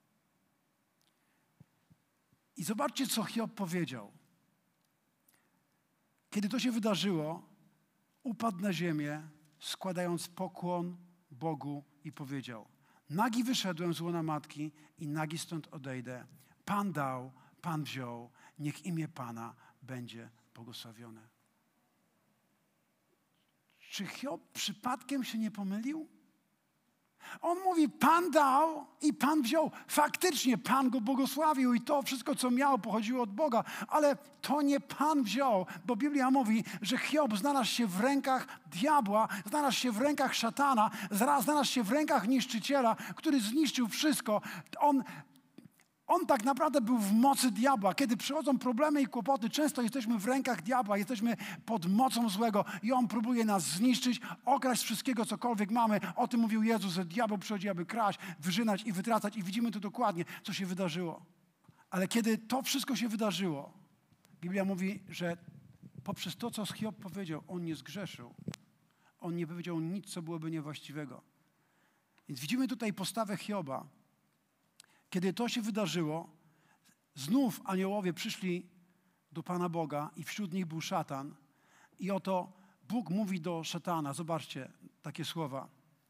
I zobaczcie, co Hiob powiedział. Kiedy to się wydarzyło, upadł na ziemię, składając pokłon Bogu i powiedział: nagi wyszedłem z łona matki i nagi stąd odejdę. Pan dał, Pan wziął, niech imię Pana będzie błogosławione. Czy Hiob przypadkiem się nie pomylił? On mówi, Pan dał i Pan wziął. Faktycznie Pan go błogosławił i to wszystko, co miał, pochodziło od Boga. Ale to nie Pan wziął, bo Biblia mówi, że Hiob znalazł się w rękach diabła, znalazł się w rękach szatana, znalazł się w rękach niszczyciela, który zniszczył wszystko. On tak naprawdę był w mocy diabła. Kiedy przychodzą problemy i kłopoty, często jesteśmy w rękach diabła, jesteśmy pod mocą złego i on próbuje nas zniszczyć, okraść wszystkiego, cokolwiek mamy. O tym mówił Jezus, że diabeł przychodzi, aby kraść, wyrzynać i wytracać i widzimy to dokładnie, co się wydarzyło. Ale kiedy to wszystko się wydarzyło, Biblia mówi, że poprzez to, co Hiob powiedział, on nie zgrzeszył. On nie powiedział nic, co byłoby niewłaściwego. Więc widzimy tutaj postawę Hioba. Kiedy to się wydarzyło, znów aniołowie przyszli do Pana Boga i wśród nich był szatan. I oto Bóg mówi do szatana, zobaczcie takie słowa.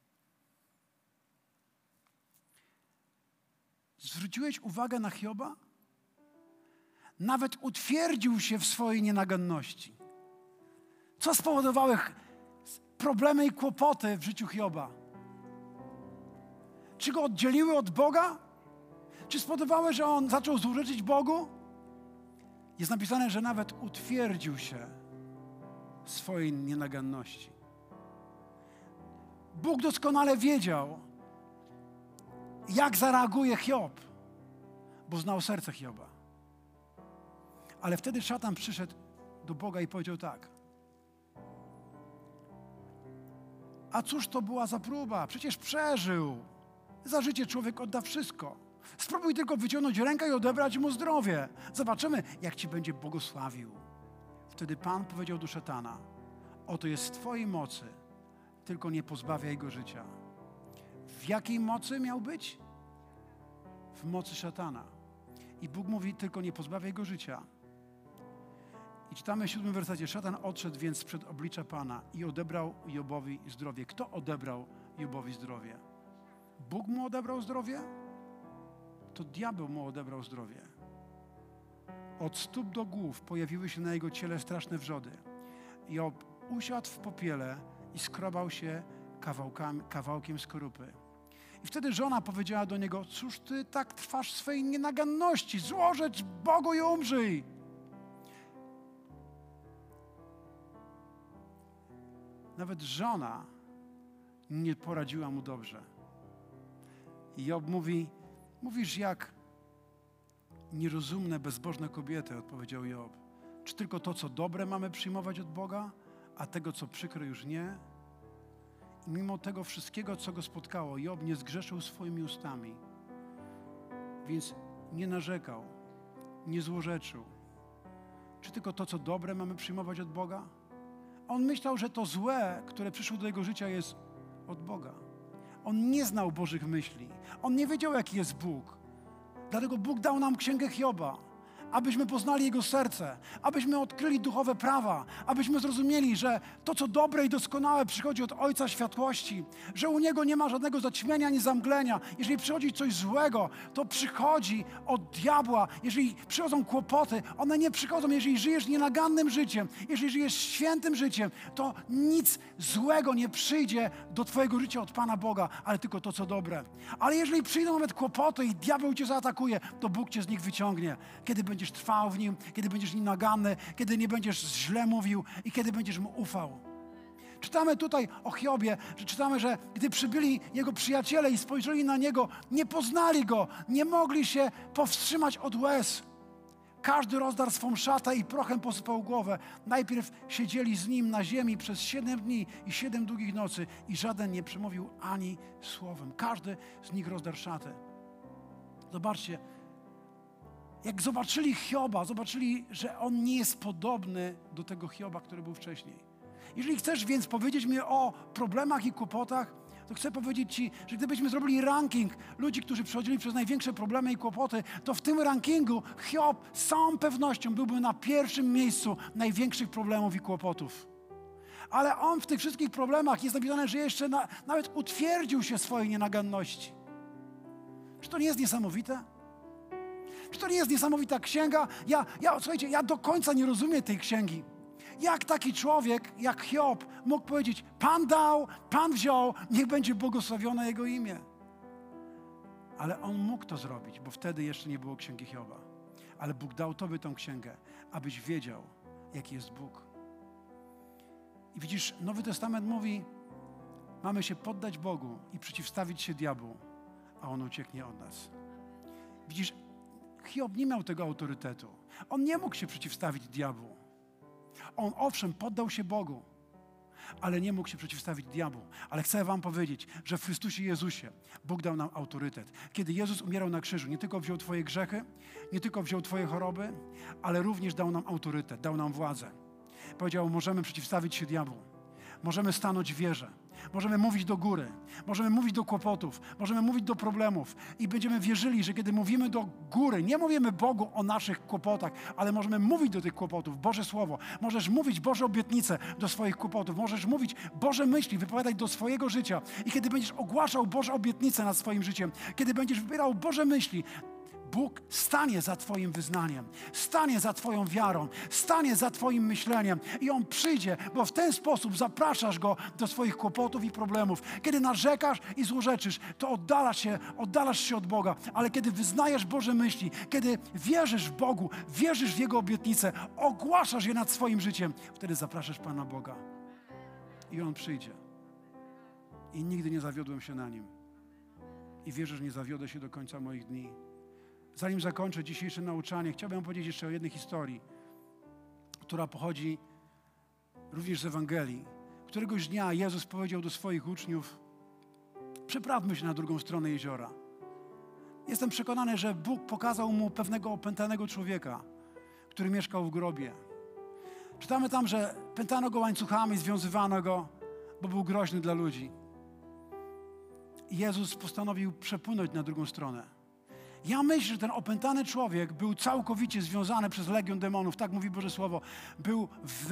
Zwróciłeś uwagę na Hioba? Nawet utwierdził się w swojej nienaganności. Co spowodowały problemy i kłopoty w życiu Hioba? Czy go oddzieliły od Boga? Czy spowodowały, że on zaczął złorzeczyć Bogu? Jest napisane, że nawet utwierdził się swojej nienaganności. Bóg doskonale wiedział, jak zareaguje Hiob, bo znał serce Hioba. Ale wtedy szatan przyszedł do Boga i powiedział tak: a cóż to była za próba? Przecież przeżył. Za życie człowiek odda wszystko. Spróbuj tylko wyciągnąć rękę i odebrać mu zdrowie. Zobaczymy, jak ci będzie błogosławił. Wtedy Pan powiedział do szatana: oto jest w twojej mocy, tylko nie pozbawiaj go życia. W jakiej mocy miał być? W mocy szatana. I Bóg mówi: tylko nie pozbawiaj go życia. I czytamy w 7 wersecie: szatan odszedł więc przed oblicza Pana i odebrał Jobowi zdrowie. Kto odebrał Jobowi zdrowie? Bóg mu odebrał zdrowie? To diabeł mu odebrał zdrowie. Od stóp do głów pojawiły się na jego ciele straszne wrzody. Job usiadł w popiele i skrobał się kawałkiem skorupy. I wtedy żona powiedziała do niego: cóż ty tak trwasz w swej nienaganności? Złożeć Bogu i umrzyj. Nawet żona nie poradziła mu dobrze. I Job mówi: mówisz jak nierozumne, bezbożne kobiety, odpowiedział Job. Czy tylko to, co dobre, mamy przyjmować od Boga, a tego, co przykre, już nie? I mimo tego wszystkiego, co go spotkało, Job nie zgrzeszył swoimi ustami. Więc nie narzekał, nie złorzeczył. Czy tylko to, co dobre, mamy przyjmować od Boga? On myślał, że to złe, które przyszło do jego życia, jest od Boga. On nie znał Bożych myśli. On nie wiedział, jaki jest Bóg. Dlatego Bóg dał nam Księgę Hioba, abyśmy poznali Jego serce, abyśmy odkryli duchowe prawa, abyśmy zrozumieli, że to, co dobre i doskonałe, przychodzi od Ojca Światłości, że u Niego nie ma żadnego zaćmienia ani zamglenia. Jeżeli przychodzi coś złego, to przychodzi od diabła. Jeżeli przychodzą kłopoty, one nie przychodzą. Jeżeli żyjesz nienagannym życiem, jeżeli żyjesz świętym życiem, to nic złego nie przyjdzie do Twojego życia od Pana Boga, ale tylko to, co dobre. Ale jeżeli przyjdą nawet kłopoty i diabeł Cię zaatakuje, to Bóg Cię z nich wyciągnie. Kiedy będziesz trwał w Nim, kiedy będziesz nienaganny, kiedy nie będziesz źle mówił i kiedy będziesz Mu ufał. Czytamy tutaj o Hiobie, że czytamy, że gdy przybyli jego przyjaciele i spojrzeli na niego, nie poznali go, nie mogli się powstrzymać od łez. Każdy rozdarł swą szatę i prochem posypał głowę. Najpierw siedzieli z nim na ziemi przez 7 dni i 7 długich nocy i żaden nie przemówił ani słowem. Każdy z nich rozdarł szatę. Zobaczcie, jak zobaczyli Hioba, zobaczyli, że on nie jest podobny do tego Hioba, który był wcześniej. Jeżeli chcesz więc powiedzieć mi o problemach i kłopotach, to chcę powiedzieć Ci, że gdybyśmy zrobili ranking ludzi, którzy przechodzili przez największe problemy i kłopoty, to w tym rankingu Hiob z całą pewnością byłby na pierwszym miejscu największych problemów i kłopotów. Ale on w tych wszystkich problemach jest napisane, że jeszcze nawet utwierdził się w swojej nienaganności. Czy to nie jest niesamowite? Czy to nie jest niesamowita księga? Słuchajcie, ja do końca nie rozumiem tej księgi. Jak taki człowiek, jak Hiob, mógł powiedzieć: Pan dał, Pan wziął, niech będzie błogosławione Jego imię. Ale on mógł to zrobić, bo wtedy jeszcze nie było księgi Hioba. Ale Bóg dał Tobie tą księgę, abyś wiedział, jaki jest Bóg. I widzisz, Nowy Testament mówi, mamy się poddać Bogu i przeciwstawić się diabłu, a on ucieknie od nas. Widzisz, Hiob nie miał tego autorytetu. On nie mógł się przeciwstawić diabłu. On owszem poddał się Bogu, ale nie mógł się przeciwstawić diabłu. Ale chcę wam powiedzieć, że w Chrystusie Jezusie Bóg dał nam autorytet. Kiedy Jezus umierał na krzyżu, nie tylko wziął twoje grzechy, nie tylko wziął twoje choroby, ale również dał nam autorytet, dał nam władzę. Powiedział, możemy przeciwstawić się diabłu. Możemy stanąć w wierze. Możemy mówić do góry. Możemy mówić do kłopotów. Możemy mówić do problemów. I będziemy wierzyli, że kiedy mówimy do góry, nie mówimy Bogu o naszych kłopotach, ale możemy mówić do tych kłopotów Boże Słowo. Możesz mówić Boże obietnice do swoich kłopotów. Możesz mówić Boże myśli, wypowiadać do swojego życia. I kiedy będziesz ogłaszał Boże obietnice nad swoim życiem, kiedy będziesz wybierał Boże myśli, Bóg stanie za twoim wyznaniem, stanie za twoją wiarą, stanie za twoim myśleniem i On przyjdzie, bo w ten sposób zapraszasz Go do swoich kłopotów i problemów. Kiedy narzekasz i złorzeczysz, to oddalasz się od Boga, ale kiedy wyznajesz Boże myśli, kiedy wierzysz w Bogu, wierzysz w Jego obietnice, ogłaszasz je nad swoim życiem, wtedy zapraszasz Pana Boga i On przyjdzie. I nigdy nie zawiodłem się na Nim. I wierzę, że nie zawiodę się do końca moich dni. Zanim zakończę dzisiejsze nauczanie, chciałbym powiedzieć jeszcze o jednej historii, która pochodzi również z Ewangelii. Któregoś dnia Jezus powiedział do swoich uczniów: przeprawmy się na drugą stronę jeziora. Jestem przekonany, że Bóg pokazał mu pewnego opętanego człowieka, który mieszkał w grobie. Czytamy tam, że pętano go łańcuchami, związywano go, bo był groźny dla ludzi. I Jezus postanowił przepłynąć na drugą stronę. Ja myślę, że ten opętany człowiek był całkowicie związany przez legion demonów, tak mówi Boże Słowo. Był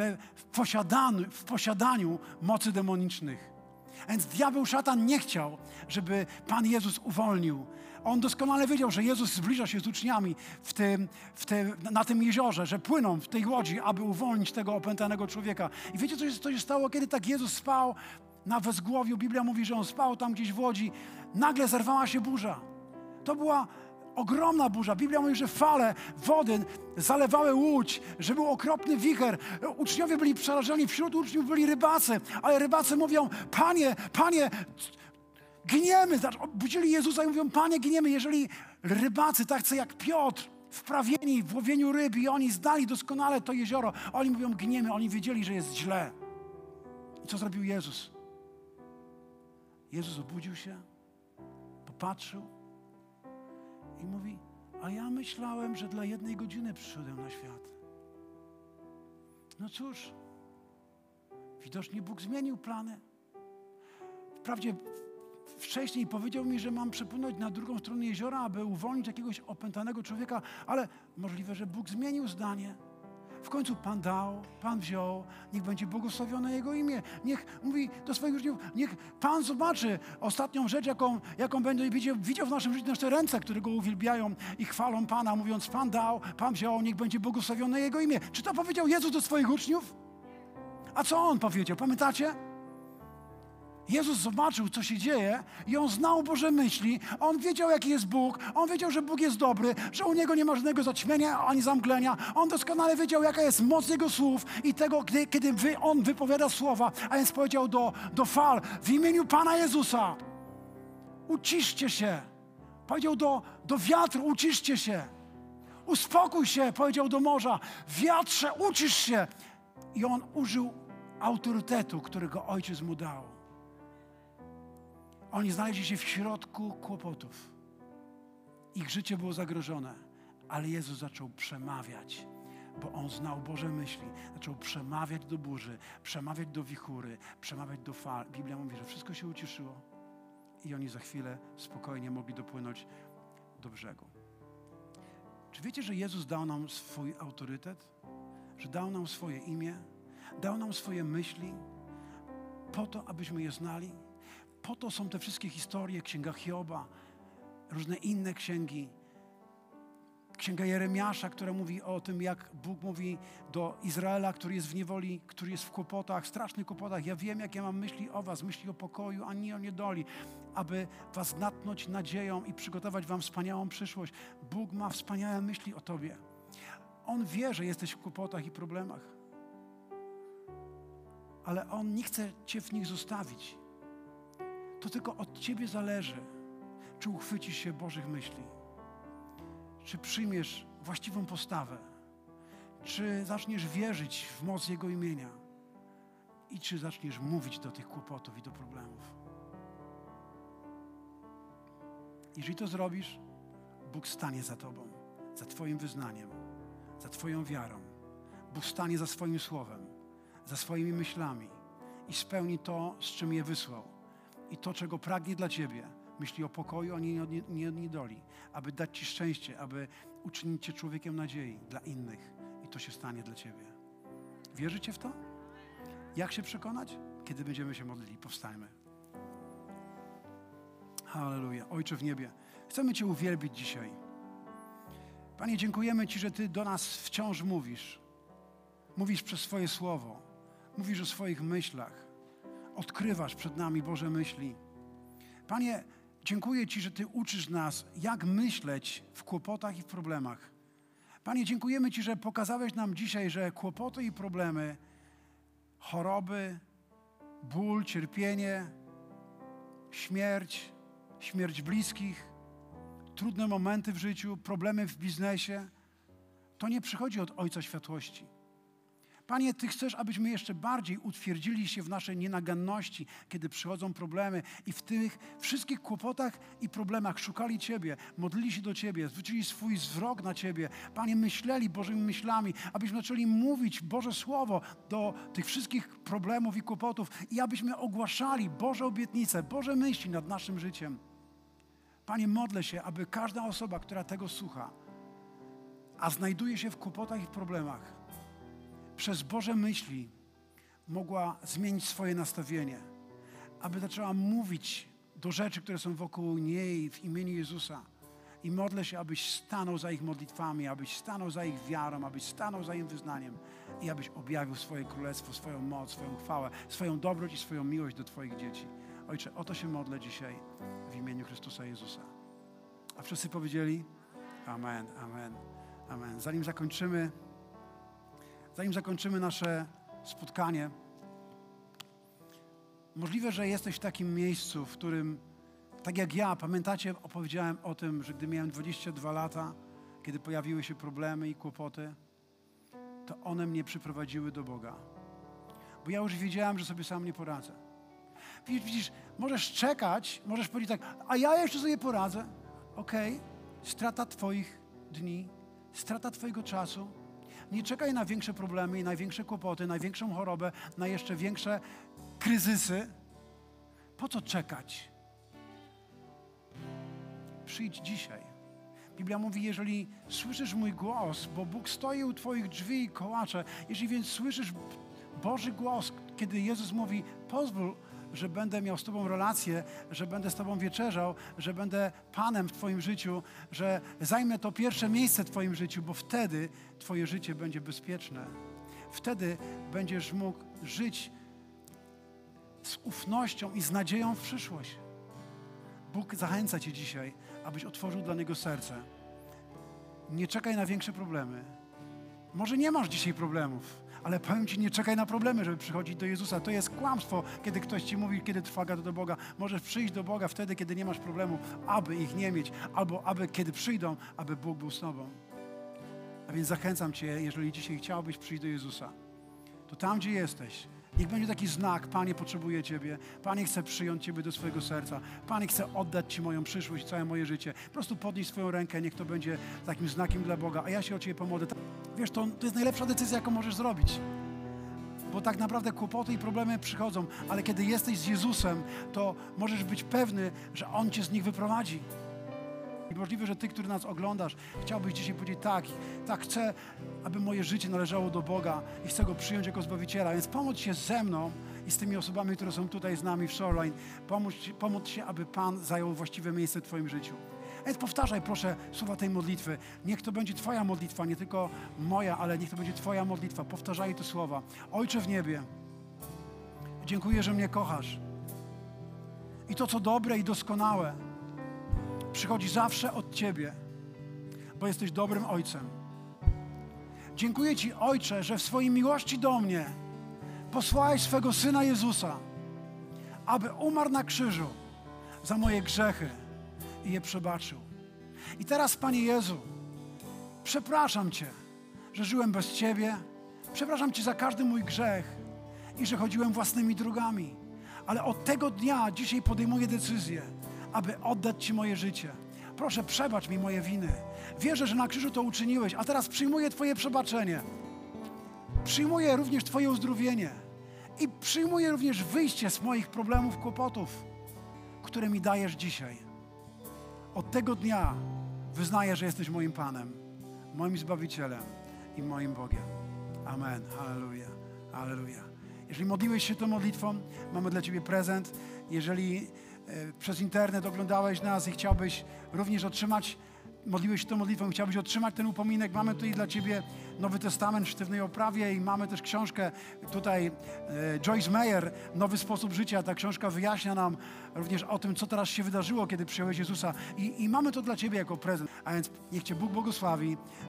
w posiadaniu mocy demonicznych. A więc diabeł, szatan nie chciał, żeby Pan Jezus uwolnił. On doskonale wiedział, że Jezus zbliża się z uczniami na tym jeziorze, że płyną w tej łodzi, aby uwolnić tego opętanego człowieka. I wiecie, co się stało, kiedy tak Jezus spał na wezgłowiu? Biblia mówi, że On spał tam gdzieś w łodzi. Nagle zerwała się burza. To była ogromna burza. Biblia mówi, że fale wody zalewały łódź, że był okropny wicher. Uczniowie byli przerażeni, wśród uczniów byli rybacy, ale rybacy mówią: Panie, giniemy. Budzili Jezusa i mówią: Panie, giniemy. Jeżeli rybacy, tacy jak Piotr, wprawieni w łowieniu ryb i oni znali doskonale to jezioro, oni mówią: giniemy. Oni wiedzieli, że jest źle. I co zrobił Jezus? Jezus obudził się, popatrzył i mówi: a ja myślałem, że dla 1 godziny przyszedłem na świat. No cóż, widocznie Bóg zmienił plany. Wprawdzie wcześniej powiedział mi, że mam przepłynąć na drugą stronę jeziora, aby uwolnić jakiegoś opętanego człowieka, ale możliwe, że Bóg zmienił zdanie. W końcu Pan dał, Pan wziął, niech będzie błogosławione Jego imię. Niech mówi do swoich uczniów, niech Pan zobaczy ostatnią rzecz, jaką będzie widział w naszym życiu, nasze ręce, które Go uwielbiają i chwalą Pana, mówiąc: Pan dał, Pan wziął, niech będzie błogosławione Jego imię. Czy to powiedział Jezus do swoich uczniów? A co On powiedział? Pamiętacie? Jezus zobaczył, co się dzieje i On znał Boże myśli. On wiedział, jaki jest Bóg. On wiedział, że Bóg jest dobry, że u Niego nie ma żadnego zaćmienia ani zamglenia. On doskonale wiedział, jaka jest moc Jego słów i tego, kiedy On wypowiada słowa. A więc powiedział do fal: w imieniu Pana Jezusa uciszcie się. Powiedział do wiatru: uciszcie się. Uspokój się, powiedział do morza: wiatrze, ucisz się. I On użył autorytetu, którego Ojciec Mu dał. Oni znaleźli się w środku kłopotów. Ich życie było zagrożone, ale Jezus zaczął przemawiać, bo On znał Boże myśli. Zaczął przemawiać do burzy, przemawiać do wichury, przemawiać do fal. Biblia mówi, że wszystko się uciszyło i oni za chwilę spokojnie mogli dopłynąć do brzegu. Czy wiecie, że Jezus dał nam swój autorytet? Że dał nam swoje imię? Dał nam swoje myśli po to, abyśmy je znali? Po to są te wszystkie historie, Księga Hioba, różne inne księgi. Księga Jeremiasza, która mówi o tym, jak Bóg mówi do Izraela, który jest w niewoli, który jest w kłopotach, strasznych kłopotach. Ja wiem, jakie mam myśli o was, myśli o pokoju, a nie o niedoli, aby was natchnąć nadzieją i przygotować wam wspaniałą przyszłość. Bóg ma wspaniałe myśli o tobie. On wie, że jesteś w kłopotach i problemach, ale On nie chce cię w nich zostawić. To tylko od ciebie zależy, czy uchwycisz się Bożych myśli, czy przyjmiesz właściwą postawę, czy zaczniesz wierzyć w moc Jego imienia i czy zaczniesz mówić do tych kłopotów i do problemów. Jeżeli to zrobisz, Bóg stanie za tobą, za twoim wyznaniem, za twoją wiarą. Bóg stanie za swoim słowem, za swoimi myślami i spełni to, z czym je wysłał. I to, czego pragnie dla ciebie, myśli o pokoju, a nie o niedoli, aby dać ci szczęście, aby uczynić cię człowiekiem nadziei dla innych. I to się stanie dla ciebie. Wierzycie w to? Jak się przekonać? Kiedy będziemy się modlili. Powstajmy. Halleluja. Ojcze w niebie, chcemy Cię uwielbić dzisiaj. Panie, dziękujemy Ci, że Ty do nas wciąż mówisz. Mówisz przez swoje słowo. Mówisz o swoich myślach. Odkrywasz przed nami Boże myśli. Panie, dziękuję Ci, że Ty uczysz nas, jak myśleć w kłopotach i w problemach. Panie, dziękujemy Ci, że pokazałeś nam dzisiaj, że kłopoty i problemy, choroby, ból, cierpienie, śmierć bliskich, trudne momenty w życiu, problemy w biznesie, to nie przychodzi od Ojca Światłości. Panie, Ty chcesz, abyśmy jeszcze bardziej utwierdzili się w naszej nienaganności, kiedy przychodzą problemy i w tych wszystkich kłopotach i problemach szukali Ciebie, modlili się do Ciebie, zwrócili swój wzrok na Ciebie. Panie, myśleli Bożymi myślami, abyśmy zaczęli mówić Boże Słowo do tych wszystkich problemów i kłopotów i abyśmy ogłaszali Boże obietnice, Boże myśli nad naszym życiem. Panie, modlę się, aby każda osoba, która tego słucha, a znajduje się w kłopotach i w problemach, przez Boże myśli mogła zmienić swoje nastawienie, aby zaczęła mówić do rzeczy, które są wokół niej w imieniu Jezusa. I modlę się, abyś stanął za ich modlitwami, abyś stanął za ich wiarą, abyś stanął za ich wyznaniem i abyś objawił swoje królestwo, swoją moc, swoją chwałę, swoją dobroć i swoją miłość do Twoich dzieci. Ojcze, o to się modlę dzisiaj w imieniu Chrystusa Jezusa. A wszyscy powiedzieli? Amen, amen, amen. Zanim zakończymy nasze spotkanie, możliwe, że jesteś w takim miejscu, w którym, tak jak ja, pamiętacie, opowiedziałem o tym, że gdy miałem 22 lata, kiedy pojawiły się problemy i kłopoty, to one mnie przyprowadziły do Boga. Bo ja już wiedziałem, że sobie sam nie poradzę. Widzisz, możesz czekać, możesz powiedzieć tak, a ja jeszcze sobie poradzę. Okej, strata Twoich dni, strata Twojego czasu. Nie czekaj na większe problemy i największe kłopoty, największą chorobę, na jeszcze większe kryzysy. Po co czekać? Przyjdź dzisiaj. Biblia mówi, jeżeli słyszysz mój głos, bo Bóg stoi u Twoich drzwi i kołacze, jeżeli więc słyszysz Boży głos, kiedy Jezus mówi, pozwól, że będę miał z Tobą relację, że będę z Tobą wieczerzał, że będę Panem w Twoim życiu, że zajmę to pierwsze miejsce w Twoim życiu, bo wtedy Twoje życie będzie bezpieczne. Wtedy będziesz mógł żyć z ufnością i z nadzieją w przyszłość. Bóg zachęca Cię dzisiaj, abyś otworzył dla Niego serce. Nie czekaj na większe problemy. Może nie masz dzisiaj problemów, ale powiem Ci, nie czekaj na problemy, żeby przychodzić do Jezusa. To jest kłamstwo, kiedy ktoś Ci mówi, kiedy trwa gada do Boga. Możesz przyjść do Boga wtedy, kiedy nie masz problemów, aby ich nie mieć, albo aby kiedy przyjdą, aby Bóg był z Tobą. A więc zachęcam Cię, jeżeli dzisiaj chciałbyś przyjść do Jezusa, to tam, gdzie jesteś, niech będzie taki znak, Panie, potrzebuję Ciebie, Panie, chcę przyjąć Ciebie do swojego serca, Panie, chcę oddać Ci moją przyszłość, całe moje życie. Po prostu podnieś swoją rękę, niech to będzie takim znakiem dla Boga, a ja się o Ciebie pomodlę. Wiesz, to jest najlepsza decyzja, jaką możesz zrobić. Bo tak naprawdę kłopoty i problemy przychodzą, ale kiedy jesteś z Jezusem, to możesz być pewny, że On Cię z nich wyprowadzi. I możliwe, że Ty, który nas oglądasz, chciałbyś dzisiaj powiedzieć tak, chcę, aby moje życie należało do Boga i chcę Go przyjąć jako Zbawiciela. Więc pomódl się ze mną i z tymi osobami, które są tutaj z nami w Shoreline. Pomódl się, aby Pan zajął właściwe miejsce w Twoim życiu. Więc powtarzaj, proszę, słowa tej modlitwy. Niech to będzie Twoja modlitwa, nie tylko moja, ale niech to będzie Twoja modlitwa. Powtarzaj te słowa. Ojcze w niebie, dziękuję, że mnie kochasz. I to, co dobre i doskonałe, przychodzi zawsze od Ciebie, bo jesteś dobrym Ojcem. Dziękuję Ci, Ojcze, że w swojej miłości do mnie posłałeś swego Syna Jezusa, aby umarł na krzyżu za moje grzechy i je przebaczył. I teraz, Panie Jezu, przepraszam Cię, że żyłem bez Ciebie, przepraszam Cię za każdy mój grzech i że chodziłem własnymi drogami, ale od tego dnia dzisiaj podejmuję decyzję, aby oddać Ci moje życie. Proszę, przebacz mi moje winy. Wierzę, że na krzyżu to uczyniłeś, a teraz przyjmuję Twoje przebaczenie. Przyjmuję również Twoje uzdrowienie i przyjmuję również wyjście z moich problemów, kłopotów, które mi dajesz dzisiaj. Od tego dnia wyznaję, że jesteś moim Panem, moim Zbawicielem i moim Bogiem. Amen. Halleluja. Halleluja. Jeżeli modliłeś się tą modlitwą, mamy dla Ciebie prezent. Jeżeli przez internet oglądałeś nas i chciałbyś również otrzymać modliłeś się tą modlitwą i chciałbyś otrzymać ten upominek, mamy tutaj dla Ciebie Nowy Testament w sztywnej oprawie i mamy też książkę tutaj Joyce Meyer, Nowy Sposób Życia. Ta książka wyjaśnia nam również o tym, co teraz się wydarzyło, kiedy przyjąłeś Jezusa i mamy to dla Ciebie jako prezent. A więc niech Cię Bóg błogosławi,